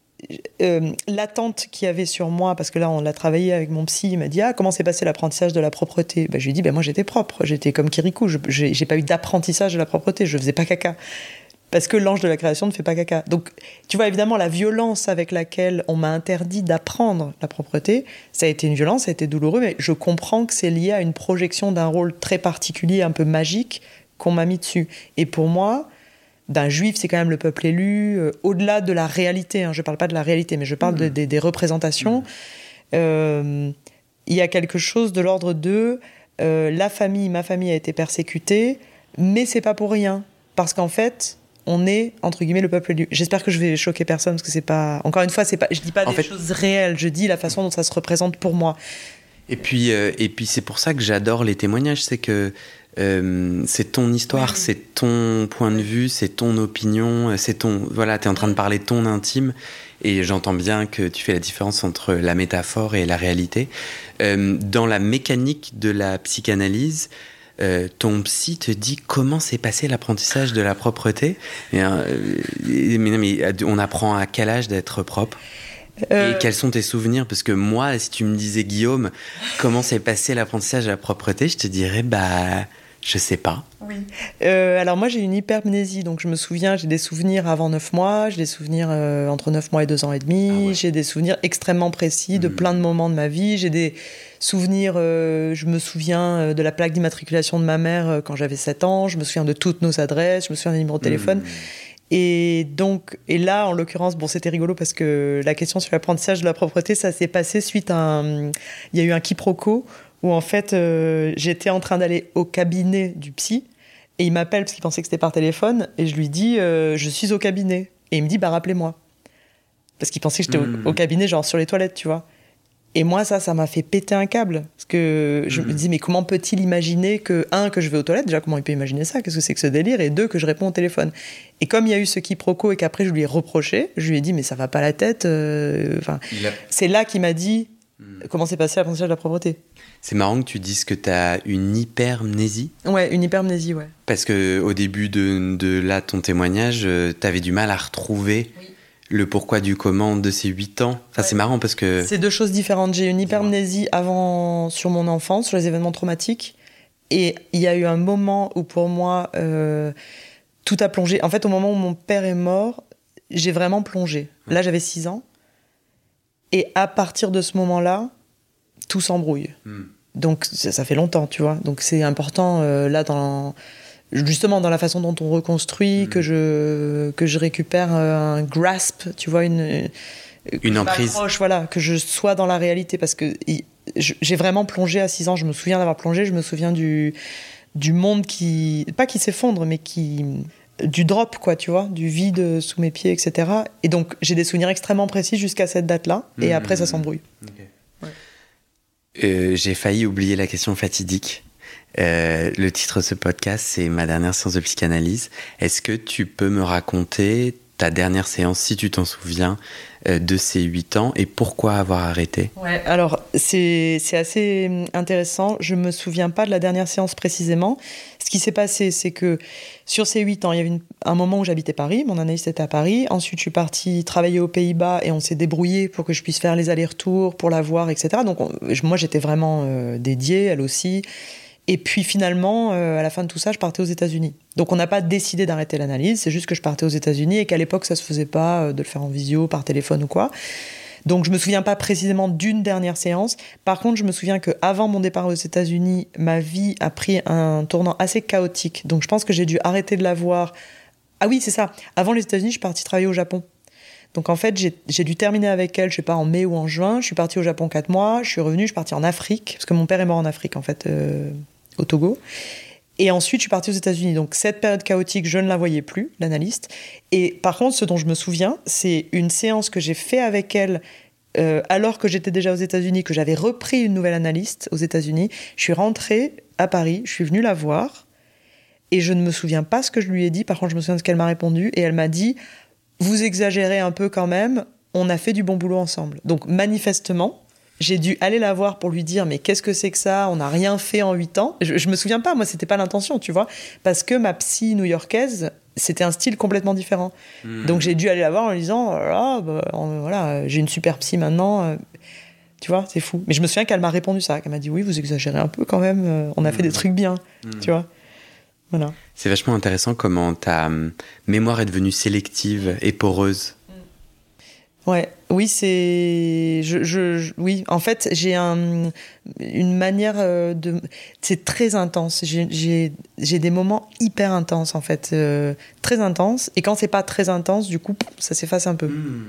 euh, l'attente qu'il y avait sur moi, parce que là, on l'a travaillé avec mon psy, il m'a dit « Ah, comment s'est passé l'apprentissage de la propreté ?» Ben, je lui ai dit ben, « Moi, j'étais propre, j'étais comme Kirikou, je, j'ai, j'ai pas eu d'apprentissage de la propreté, je faisais pas caca. » Parce que l'ange de la création ne fait pas caca. Donc, tu vois, évidemment, la violence avec laquelle on m'a interdit d'apprendre la propreté, ça a été une violence, ça a été douloureux, mais je comprends que c'est lié à une projection d'un rôle très particulier, un peu magique, qu'on m'a mis dessus. Et pour moi, d'un juif, c'est quand même le peuple élu, euh, au-delà de la réalité, hein, je ne parle pas de la réalité, mais je parle mmh. de, de, des représentations, mmh. euh, il y a quelque chose de l'ordre de euh, la famille, ma famille a été persécutée, mais c'est pas pour rien. Parce qu'en fait, on est, entre guillemets, le peuple élu. J'espère que je vais choquer personne, parce que c'est pas... Encore une fois, c'est pas, je dis pas en des fait... choses réelles, je dis la façon dont ça se représente pour moi.
Et puis, euh, et puis c'est pour ça que j'adore les témoignages, c'est que Euh, c'est ton histoire, oui. c'est ton point de vue, c'est ton opinion, c'est ton... Voilà, t'es en train de parler de ton intime, et j'entends bien que tu fais la différence entre la métaphore et la réalité. Euh, dans la mécanique de la psychanalyse, euh, ton psy te dit comment s'est passé l'apprentissage de la propreté. Et, euh, mais non, mais on apprend à quel âge d'être propre ? Euh... Et quels sont tes souvenirs ? Parce que moi, si tu me disais, Guillaume, comment s'est passé l'apprentissage de la propreté, je te dirais, bah, je sais pas.
Oui. Euh, alors moi, j'ai une hypermnésie, donc je me souviens, j'ai des souvenirs avant neuf mois, j'ai des souvenirs euh, entre neuf mois et deux ans et demi, ah ouais. J'ai des souvenirs extrêmement précis de mmh. plein de moments de ma vie, j'ai des souvenirs, euh, je me souviens de la plaque d'immatriculation de ma mère euh, quand j'avais sept ans, je me souviens de toutes nos adresses, je me souviens des numéros de téléphone. Mmh. Et donc, et là, en l'occurrence, bon, c'était rigolo parce que la question sur l'apprentissage de la propreté, ça s'est passé suite à un... Il y a eu un quiproquo où en fait, euh, j'étais en train d'aller au cabinet du psy, et il m'appelle parce qu'il pensait que c'était par téléphone, et je lui dis euh, je suis au cabinet. Et il me dit bah rappelez-moi. Parce qu'il pensait que j'étais mmh. au, au cabinet, genre sur les toilettes, tu vois. Et moi, ça, ça m'a fait péter un câble. Parce que je mmh. me dis, mais comment peut-il imaginer que, un, que je vais aux toilettes, déjà, comment il peut imaginer ça? Qu'est-ce que c'est que ce délire? Et deux, que je réponds au téléphone. Et comme il y a eu ce quiproquo et qu'après, je lui ai reproché, je lui ai dit, mais ça va pas la tête. Euh... Enfin, a... C'est là qu'il m'a dit mmh. comment s'est passé l'apprentissage de la propreté.
C'est marrant que tu dises que tu as une hypermnésie.
Ouais, une hypermnésie, ouais.
Parce qu'au début de, de là, ton témoignage, euh, tu avais du mal à retrouver... Oui. Le pourquoi du comment de ces huit ans. Enfin, ouais. C'est marrant parce que...
C'est deux choses différentes. J'ai eu une hypermnésie avant, sur mon enfance, sur les événements traumatiques. Et il y a eu un moment où, pour moi, euh, tout a plongé. En fait, au moment où mon père est mort, j'ai vraiment plongé. Ouais. Là, j'avais six ans. Et à partir de ce moment-là, tout s'embrouille. Mm. Donc, ça, ça fait longtemps, tu vois. Donc, c'est important, euh, là, dans... justement dans la façon dont on reconstruit, mmh. que je que je récupère un grasp, tu vois, une
une emprise,
voilà, que je sois dans la réalité, parce que j'ai vraiment plongé à six ans. Je me souviens d'avoir plongé, je me souviens du du monde qui, pas qui s'effondre, mais qui du drop, quoi, tu vois, du vide sous mes pieds, et cetera. Et donc j'ai des souvenirs extrêmement précis jusqu'à cette date-là, mmh. et après ça s'embrouille.
Okay. Ouais. Euh, j'ai failli oublier la question fatidique. Euh, le titre de ce podcast, c'est Ma dernière séance de psychanalyse. Est-ce que tu peux me raconter ta dernière séance, si tu t'en souviens, euh, de ces huit ans, et pourquoi avoir arrêté ?
Ouais, alors c'est, c'est assez intéressant. Je me souviens pas de la dernière séance précisément. Ce qui s'est passé, c'est que sur ces huit ans, il y avait une, un moment où j'habitais Paris, mon analyste était à Paris. Ensuite, je suis partie travailler aux Pays-Bas et on s'est débrouillé pour que je puisse faire les allers-retours, pour la voir, et cetera. Donc on, moi, j'étais vraiment euh, dédiée, elle aussi. Et puis finalement, euh, à la fin de tout ça, je partais aux États-Unis. Donc on n'a pas décidé d'arrêter l'analyse, c'est juste que je partais aux États-Unis et qu'à l'époque, ça se faisait pas euh, de le faire en visio, par téléphone ou quoi. Donc je me souviens pas précisément d'une dernière séance. Par contre, je me souviens qu'avant mon départ aux États-Unis, ma vie a pris un tournant assez chaotique. Donc je pense que j'ai dû arrêter de la voir. Ah oui, c'est ça. Avant les États-Unis, je suis partie travailler au Japon. Donc en fait, j'ai, j'ai dû terminer avec elle, je sais pas, en mai ou en juin. Je suis partie au Japon quatre mois, je suis revenue, je suis partie en Afrique, parce que mon père est mort en Afrique, en fait, euh, au Togo. Et ensuite, je suis partie aux États-Unis. Donc cette période chaotique, je ne la voyais plus, l'analyste. Et par contre, ce dont je me souviens, c'est une séance que j'ai fait avec elle euh, alors que j'étais déjà aux États-Unis, que j'avais repris une nouvelle analyste aux États-Unis. Je suis rentrée à Paris, je suis venue la voir, et je ne me souviens pas ce que je lui ai dit. Par contre, je me souviens de ce qu'elle m'a répondu, et elle m'a dit... Vous exagérez un peu quand même, on a fait du bon boulot ensemble. Donc manifestement, j'ai dû aller la voir pour lui dire mais qu'est-ce que c'est que ça ? On n'a rien fait en huit ans. Je, je me souviens pas, moi c'était pas l'intention, tu vois, parce que ma psy new-yorkaise, c'était un style complètement différent. Mmh. Donc j'ai dû aller la voir en lui disant ah, bah, voilà, j'ai une super psy maintenant. Tu vois, c'est fou. Mais je me souviens qu'elle m'a répondu ça, qu'elle m'a dit oui, vous exagérez un peu quand même, on a mmh. fait des trucs bien, mmh. tu vois. Voilà.
C'est vachement intéressant comment ta mémoire est devenue sélective et poreuse.
Ouais, oui, c'est, je, je, je... oui. En fait, j'ai un, une manière de, c'est très intense. J'ai, j'ai, j'ai des moments hyper intenses en fait, euh, très intenses. Et quand c'est pas très intense, du coup, ça s'efface un peu. Mmh.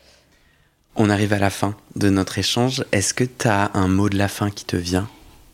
On arrive à la fin de notre échange. Est-ce que t'as un mot de la fin qui te vient ?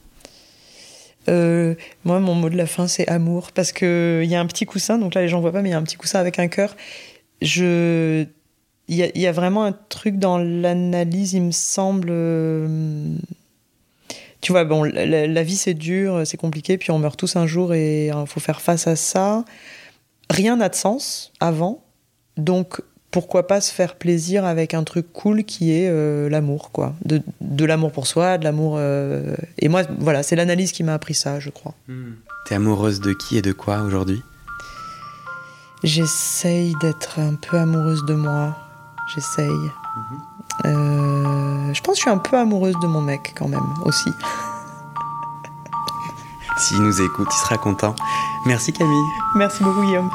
Euh, moi, mon mot de la fin, c'est amour, parce que il y a un petit coussin. Donc là, les gens voient pas, mais il y a un petit coussin avec un cœur. Je, il y a, y a vraiment un truc dans l'analyse, il me semble. Euh... Tu vois, bon, la, la vie c'est dur, c'est compliqué, puis on meurt tous un jour et il faut faire face à ça. Rien n'a de sens avant, donc pourquoi pas se faire plaisir avec un truc cool qui est euh, l'amour, quoi. De, de l'amour pour soi, de l'amour... Euh... Et moi, voilà, c'est l'analyse qui m'a appris ça, je crois. Mmh.
T'es amoureuse de qui et de quoi aujourd'hui ?
J'essaye d'être un peu amoureuse de moi. J'essaye. Mmh. Euh... Je pense que je suis un peu amoureuse de mon mec, quand même, aussi.
S'il nous écoute, il sera content. Merci Camille.
Merci beaucoup Guillaume.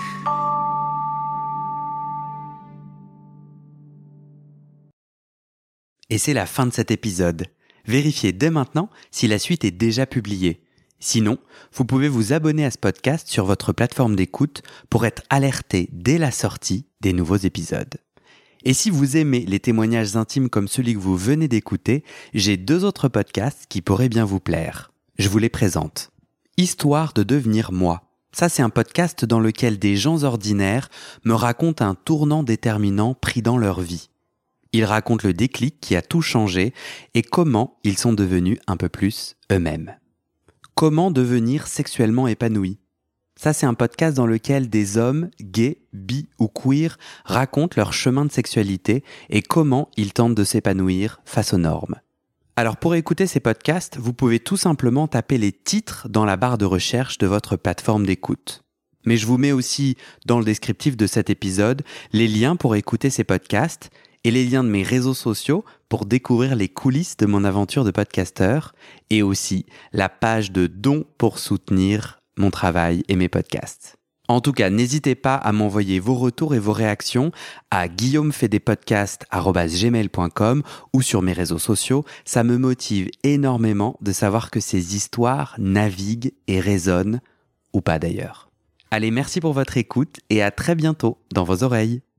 Et c'est la fin de cet épisode. Vérifiez dès maintenant si la suite est déjà publiée. Sinon, vous pouvez vous abonner à ce podcast sur votre plateforme d'écoute pour être alerté dès la sortie des nouveaux épisodes. Et si vous aimez les témoignages intimes comme celui que vous venez d'écouter, j'ai deux autres podcasts qui pourraient bien vous plaire. Je vous les présente. Histoire de devenir moi. Ça, c'est un podcast dans lequel des gens ordinaires me racontent un tournant déterminant pris dans leur vie. Ils racontent le déclic qui a tout changé et comment ils sont devenus un peu plus eux-mêmes. Comment devenir sexuellement épanoui? Ça, c'est un podcast dans lequel des hommes, gays, bi ou queer, racontent leur chemin de sexualité et comment ils tentent de s'épanouir face aux normes. Alors pour écouter ces podcasts, vous pouvez tout simplement taper les titres dans la barre de recherche de votre plateforme d'écoute. Mais je vous mets aussi dans le descriptif de cet épisode les liens pour écouter ces podcasts et les liens de mes réseaux sociaux pour découvrir les coulisses de mon aventure de podcasteur et aussi la page de dons pour soutenir mon travail et mes podcasts. En tout cas, n'hésitez pas à m'envoyer vos retours et vos réactions à guillaumefedepodcast arobase gmail point com ou sur mes réseaux sociaux. Ça me motive énormément de savoir que ces histoires naviguent et résonnent, ou pas d'ailleurs. Allez, merci pour votre écoute et à très bientôt dans vos oreilles.